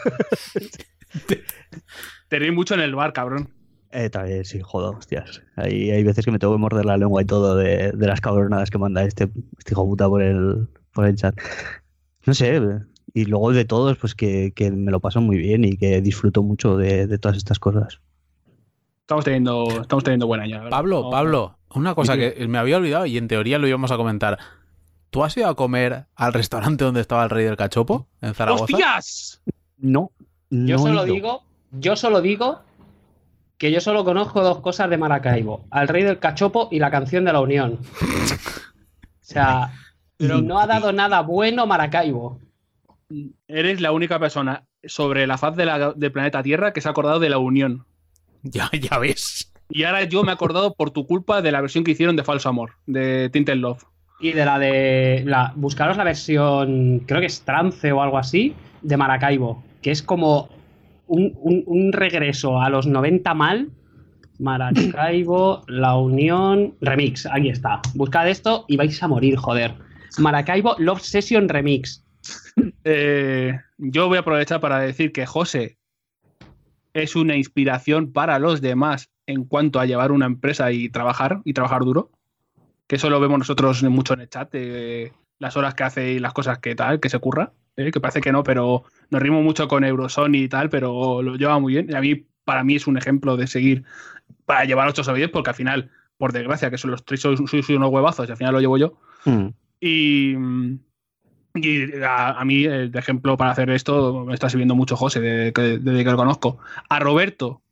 Te ríes mucho en el bar, cabrón. Eh, también, sí, joder, hostias. Hay, hay veces que me tengo que morder la lengua y todo de, de las cabronadas que manda este, este hijo puta por el, por el chat. No sé, y luego de todos, pues que, que me lo paso muy bien y que disfruto mucho de, de todas estas cosas. Estamos teniendo, estamos teniendo buen año. la verdad. Pablo, No, Pablo, una cosa Dime. que me había olvidado y en teoría lo íbamos a comentar. ¿Tú has ido a comer al restaurante donde estaba el Rey del Cachopo, en Zaragoza? ¡Hostias! No, Yo no solo he ido. digo, yo solo digo que yo solo conozco dos cosas de Maracaibo: al Rey del Cachopo y la canción de la Unión. O sea, Pero- no ha dado nada bueno Maracaibo. Eres la única persona sobre la faz de la- del planeta Tierra que se ha acordado de la Unión. Ya, ya ves. Y ahora yo me he acordado por tu culpa de la versión que hicieron de Falso Amor, de Tinted Love. Y de la de. La, buscaros la versión, creo que es trance o algo así, de Maracaibo, que es como un, un- un regreso a los noventa mal. Maracaibo, La Unión, Remix, aquí está. Buscad esto y vais a morir, joder. Maracaibo Love Session Remix. Eh, yo voy a aprovechar para decir que José es una inspiración para los demás en cuanto a llevar una empresa y trabajar, y trabajar duro. Que eso lo vemos nosotros mucho en el chat, eh, las horas que hace y las cosas que tal, que se curra. Eh, que parece que no, pero nos rimos mucho con Eurosony y tal, pero lo lleva muy bien. Y a mí, para mí es un ejemplo de seguir para llevar ocho o diez, porque al final, por desgracia, que son los tres sois, sois unos huevazos y al final lo llevo yo. Mm. Y, y a, a mí, eh, de ejemplo, para hacer esto, me está sirviendo mucho José, desde que, desde que lo conozco. A Roberto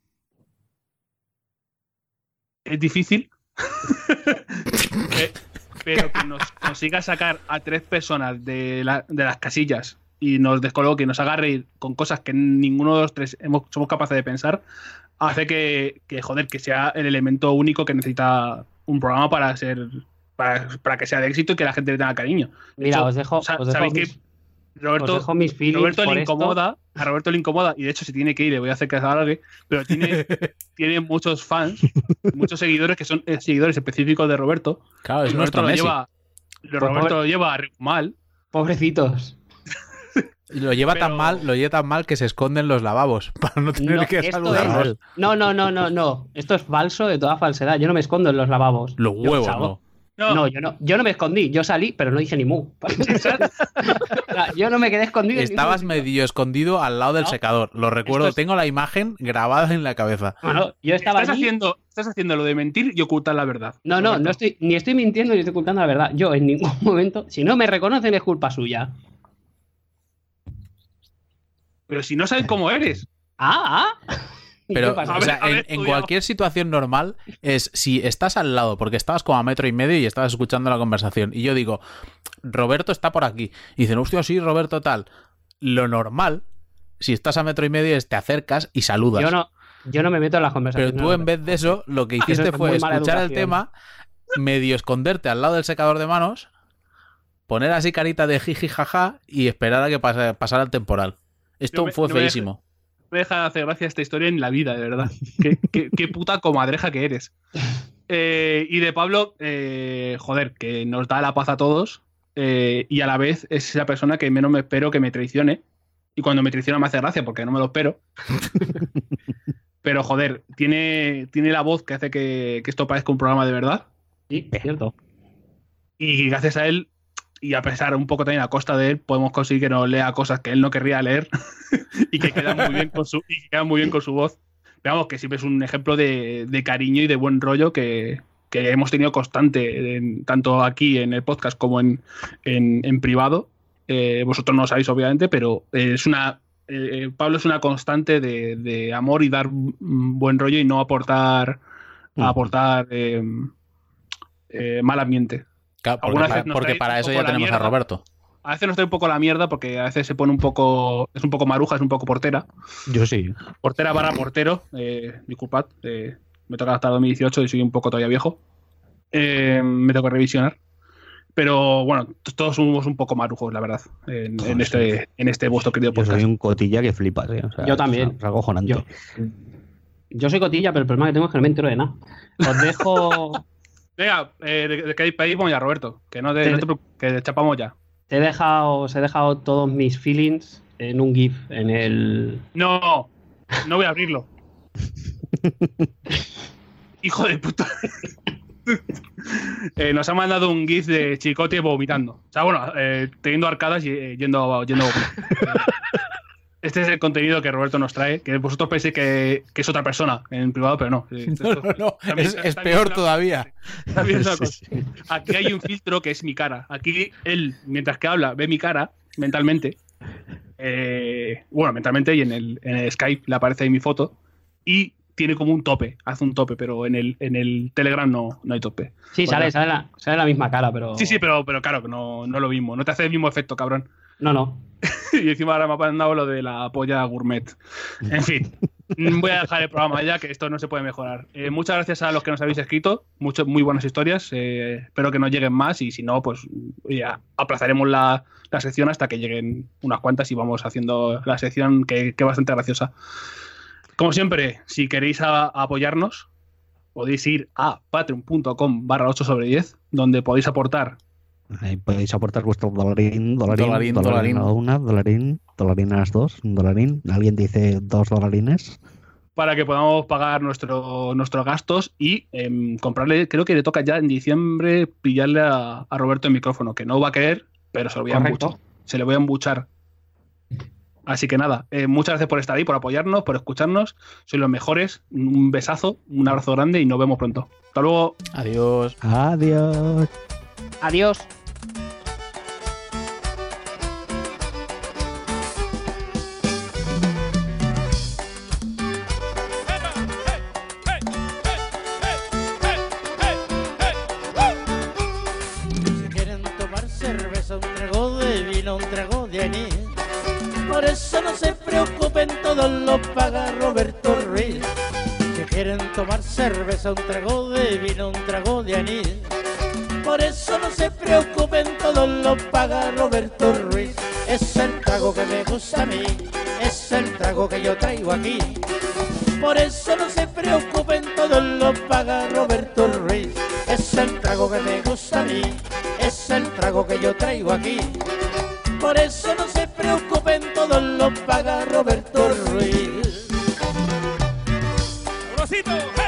es difícil, eh, pero que nos consiga sacar a tres personas de, la- de las casillas y nos descoloque y nos haga reír con cosas que ninguno de los tres hemos, somos capaces de pensar, hace que, que, joder, que sea el elemento único que necesita un programa para ser para, para que sea de éxito y que la gente le tenga cariño. De Mira, hecho, os dejo, sa- os dejo ¿sabéis mis, que Roberto, os dejo mis feelings Roberto por le esto. incomoda, a Roberto le incomoda, y de hecho si tiene que ir le voy a hacer que se alargue, pero tiene, tiene muchos fans, muchos seguidores que son eh, seguidores específicos de Roberto. Claro, es Y nuestro Roberto lo Messi. lleva, Roberto lo lleva mal. Pobrecitos. Lo lleva tan pero- mal, lo lleva tan mal que se esconde en los lavabos para no tener No, que esto saludarnos. es- no, no, no, no, no. Esto es falso de toda falsedad. Yo no me escondo en los lavabos. Los Yo huevos, salgo. no. No, No, yo no, yo no me escondí. Yo salí, pero no dije ni mu. O sea, yo no me quedé escondido. en Estabas ningún sitio. medio escondido al lado del No. secador. Lo recuerdo, Esto es- tengo la imagen grabada en la cabeza. Bueno, yo estaba estás allí. haciendo, estás haciendo lo de mentir y ocultar la verdad. No, no, Roberto. no estoy, ni estoy mintiendo ni estoy ocultando la verdad. Yo en ningún momento, si no me reconocen es culpa suya. Pero si no saben cómo eres. Ah, ah. ¿Y Pero, qué pasa? A o ver, sea, a ver, en, en estudiado. cualquier situación normal es si estás al lado, porque estabas como a metro y medio y estabas escuchando la conversación, y yo digo, Roberto está por aquí. Y dicen, hostia, sí, Roberto tal. Lo normal si estás a metro y medio, es te acercas y saludas. Yo no, yo no me meto en las conversaciones. Pero tú, en vez de eso, lo que hiciste fue escuchar el tema, medio esconderte al lado del secador de manos, poner así carita de jiji jaja y esperar a que pase, pasara el temporal. Esto me, fue no feísimo. Me deja, me deja de hacer gracia esta historia en la vida, de verdad. Qué, qué, qué puta comadreja que eres. Eh, y de Pablo, eh, joder, que nos da la paz a todos eh, y a la vez es la persona que menos me espero que me traicione. Y cuando me traiciona me hace gracia porque no me lo espero. Pero joder, tiene, tiene la voz que hace que, que esto parezca un programa de verdad. Sí, es cierto. Y gracias a él, y a pesar un poco también a costa de él, podemos conseguir que nos lea cosas que él no querría leer y que quedan muy bien con su, y que quedan muy bien con su voz. Veamos que siempre es un ejemplo de, de cariño y de buen rollo que, que hemos tenido constante, en, tanto aquí en el podcast como en, en, en privado. Eh, vosotros no lo sabéis, obviamente, pero es una eh, Pablo es una constante de, de amor y dar buen rollo y no aportar, mm. aportar eh, eh, mal ambiente. Claro, porque, para, porque para eso ya tenemos mierda. a Roberto. A veces nos trae un poco la mierda porque a veces se pone un poco. Es un poco maruja, es un poco portera. Yo sí. Portera barra portero. Eh, disculpad. Eh, me toca hasta dos mil dieciocho y soy un poco todavía viejo. Eh, me toca revisionar. Pero bueno, todos somos un poco marujos, la verdad. En, oh, en, este, sí. en este vuestro querido podcast. Yo soy un cotilla que flipas, ¿eh? O sea, yo también. Es acojonante. Yo, yo soy cotilla, pero el problema que tengo es que no me entero de nada. Os dejo. Venga, eh, de, de que pedimos ya, Roberto. Que no te, te, no te que chapamos ya. Te he dejado, os he dejado todos mis feelings en un GIF en el. No, no voy a abrirlo. Hijo de puta. eh, nos ha mandado un GIF de Chicote vomitando. O sea, bueno, eh, teniendo arcadas y eh, yendo, yendo a Este es el contenido que Roberto nos trae, que vosotros penséis que, que es otra persona en privado, pero no. No, no, no. También, es, es peor una, todavía. También sí, sí. Aquí hay un filtro que es mi cara. Aquí él, mientras que habla, ve mi cara mentalmente. Eh, bueno, mentalmente y en el, en el Skype le aparece ahí mi foto. Y tiene como un tope, hace un tope, pero en el, en el Telegram no, no hay tope. Sí, sale, sale, la, sale la misma cara, pero... Sí, sí, pero, pero claro, que no, no lo mismo. No te hace el mismo efecto, cabrón. No, no. Y encima ahora me ha mandado lo de la polla gourmet. En fin, voy a dejar el programa ya, que esto no se puede mejorar. Eh, muchas gracias a los que nos habéis escrito, muchas muy buenas historias. Eh, espero que nos lleguen más y si no, pues ya aplazaremos la, la sección hasta que lleguen unas cuantas y vamos haciendo la sección que es bastante graciosa. Como siempre, si queréis a, a apoyarnos, podéis ir a patreon.com barra ocho sobre diez, donde podéis aportar. Ahí podéis aportar vuestro dolarín, dolarín, dolarín, dolarín, dolarín a una, dolarín, dolarín a las dos, un dolarín. Alguien dice dos dolarines. Para que podamos pagar nuestro, nuestros gastos y eh, comprarle, creo que le toca ya en diciembre pillarle a, a Roberto el micrófono, que no va a querer, pero se lo voy a embuchar. Se le voy a embuchar. Así que nada, eh, muchas gracias por estar ahí, por apoyarnos, por escucharnos. Sois los mejores. Un besazo, un abrazo grande y nos vemos pronto. Hasta luego. Adiós. Adiós. Adiós. Si quieren tomar cerveza, un trago de vino, un trago de anís. Por eso no se preocupen, todo lo paga Roberto Ruiz. Si quieren tomar cerveza, un trago de vino, un trago de anís. Por eso no se preocupen, todo lo paga Roberto Ruiz. Es el trago que me gusta a mí, es el trago que yo traigo aquí. Por eso no se preocupen, todo lo paga Roberto Ruiz. Es el trago que me gusta a mí, es el trago que yo traigo aquí. Por eso no se preocupen, todo lo paga Roberto Ruiz. ¡Rosito!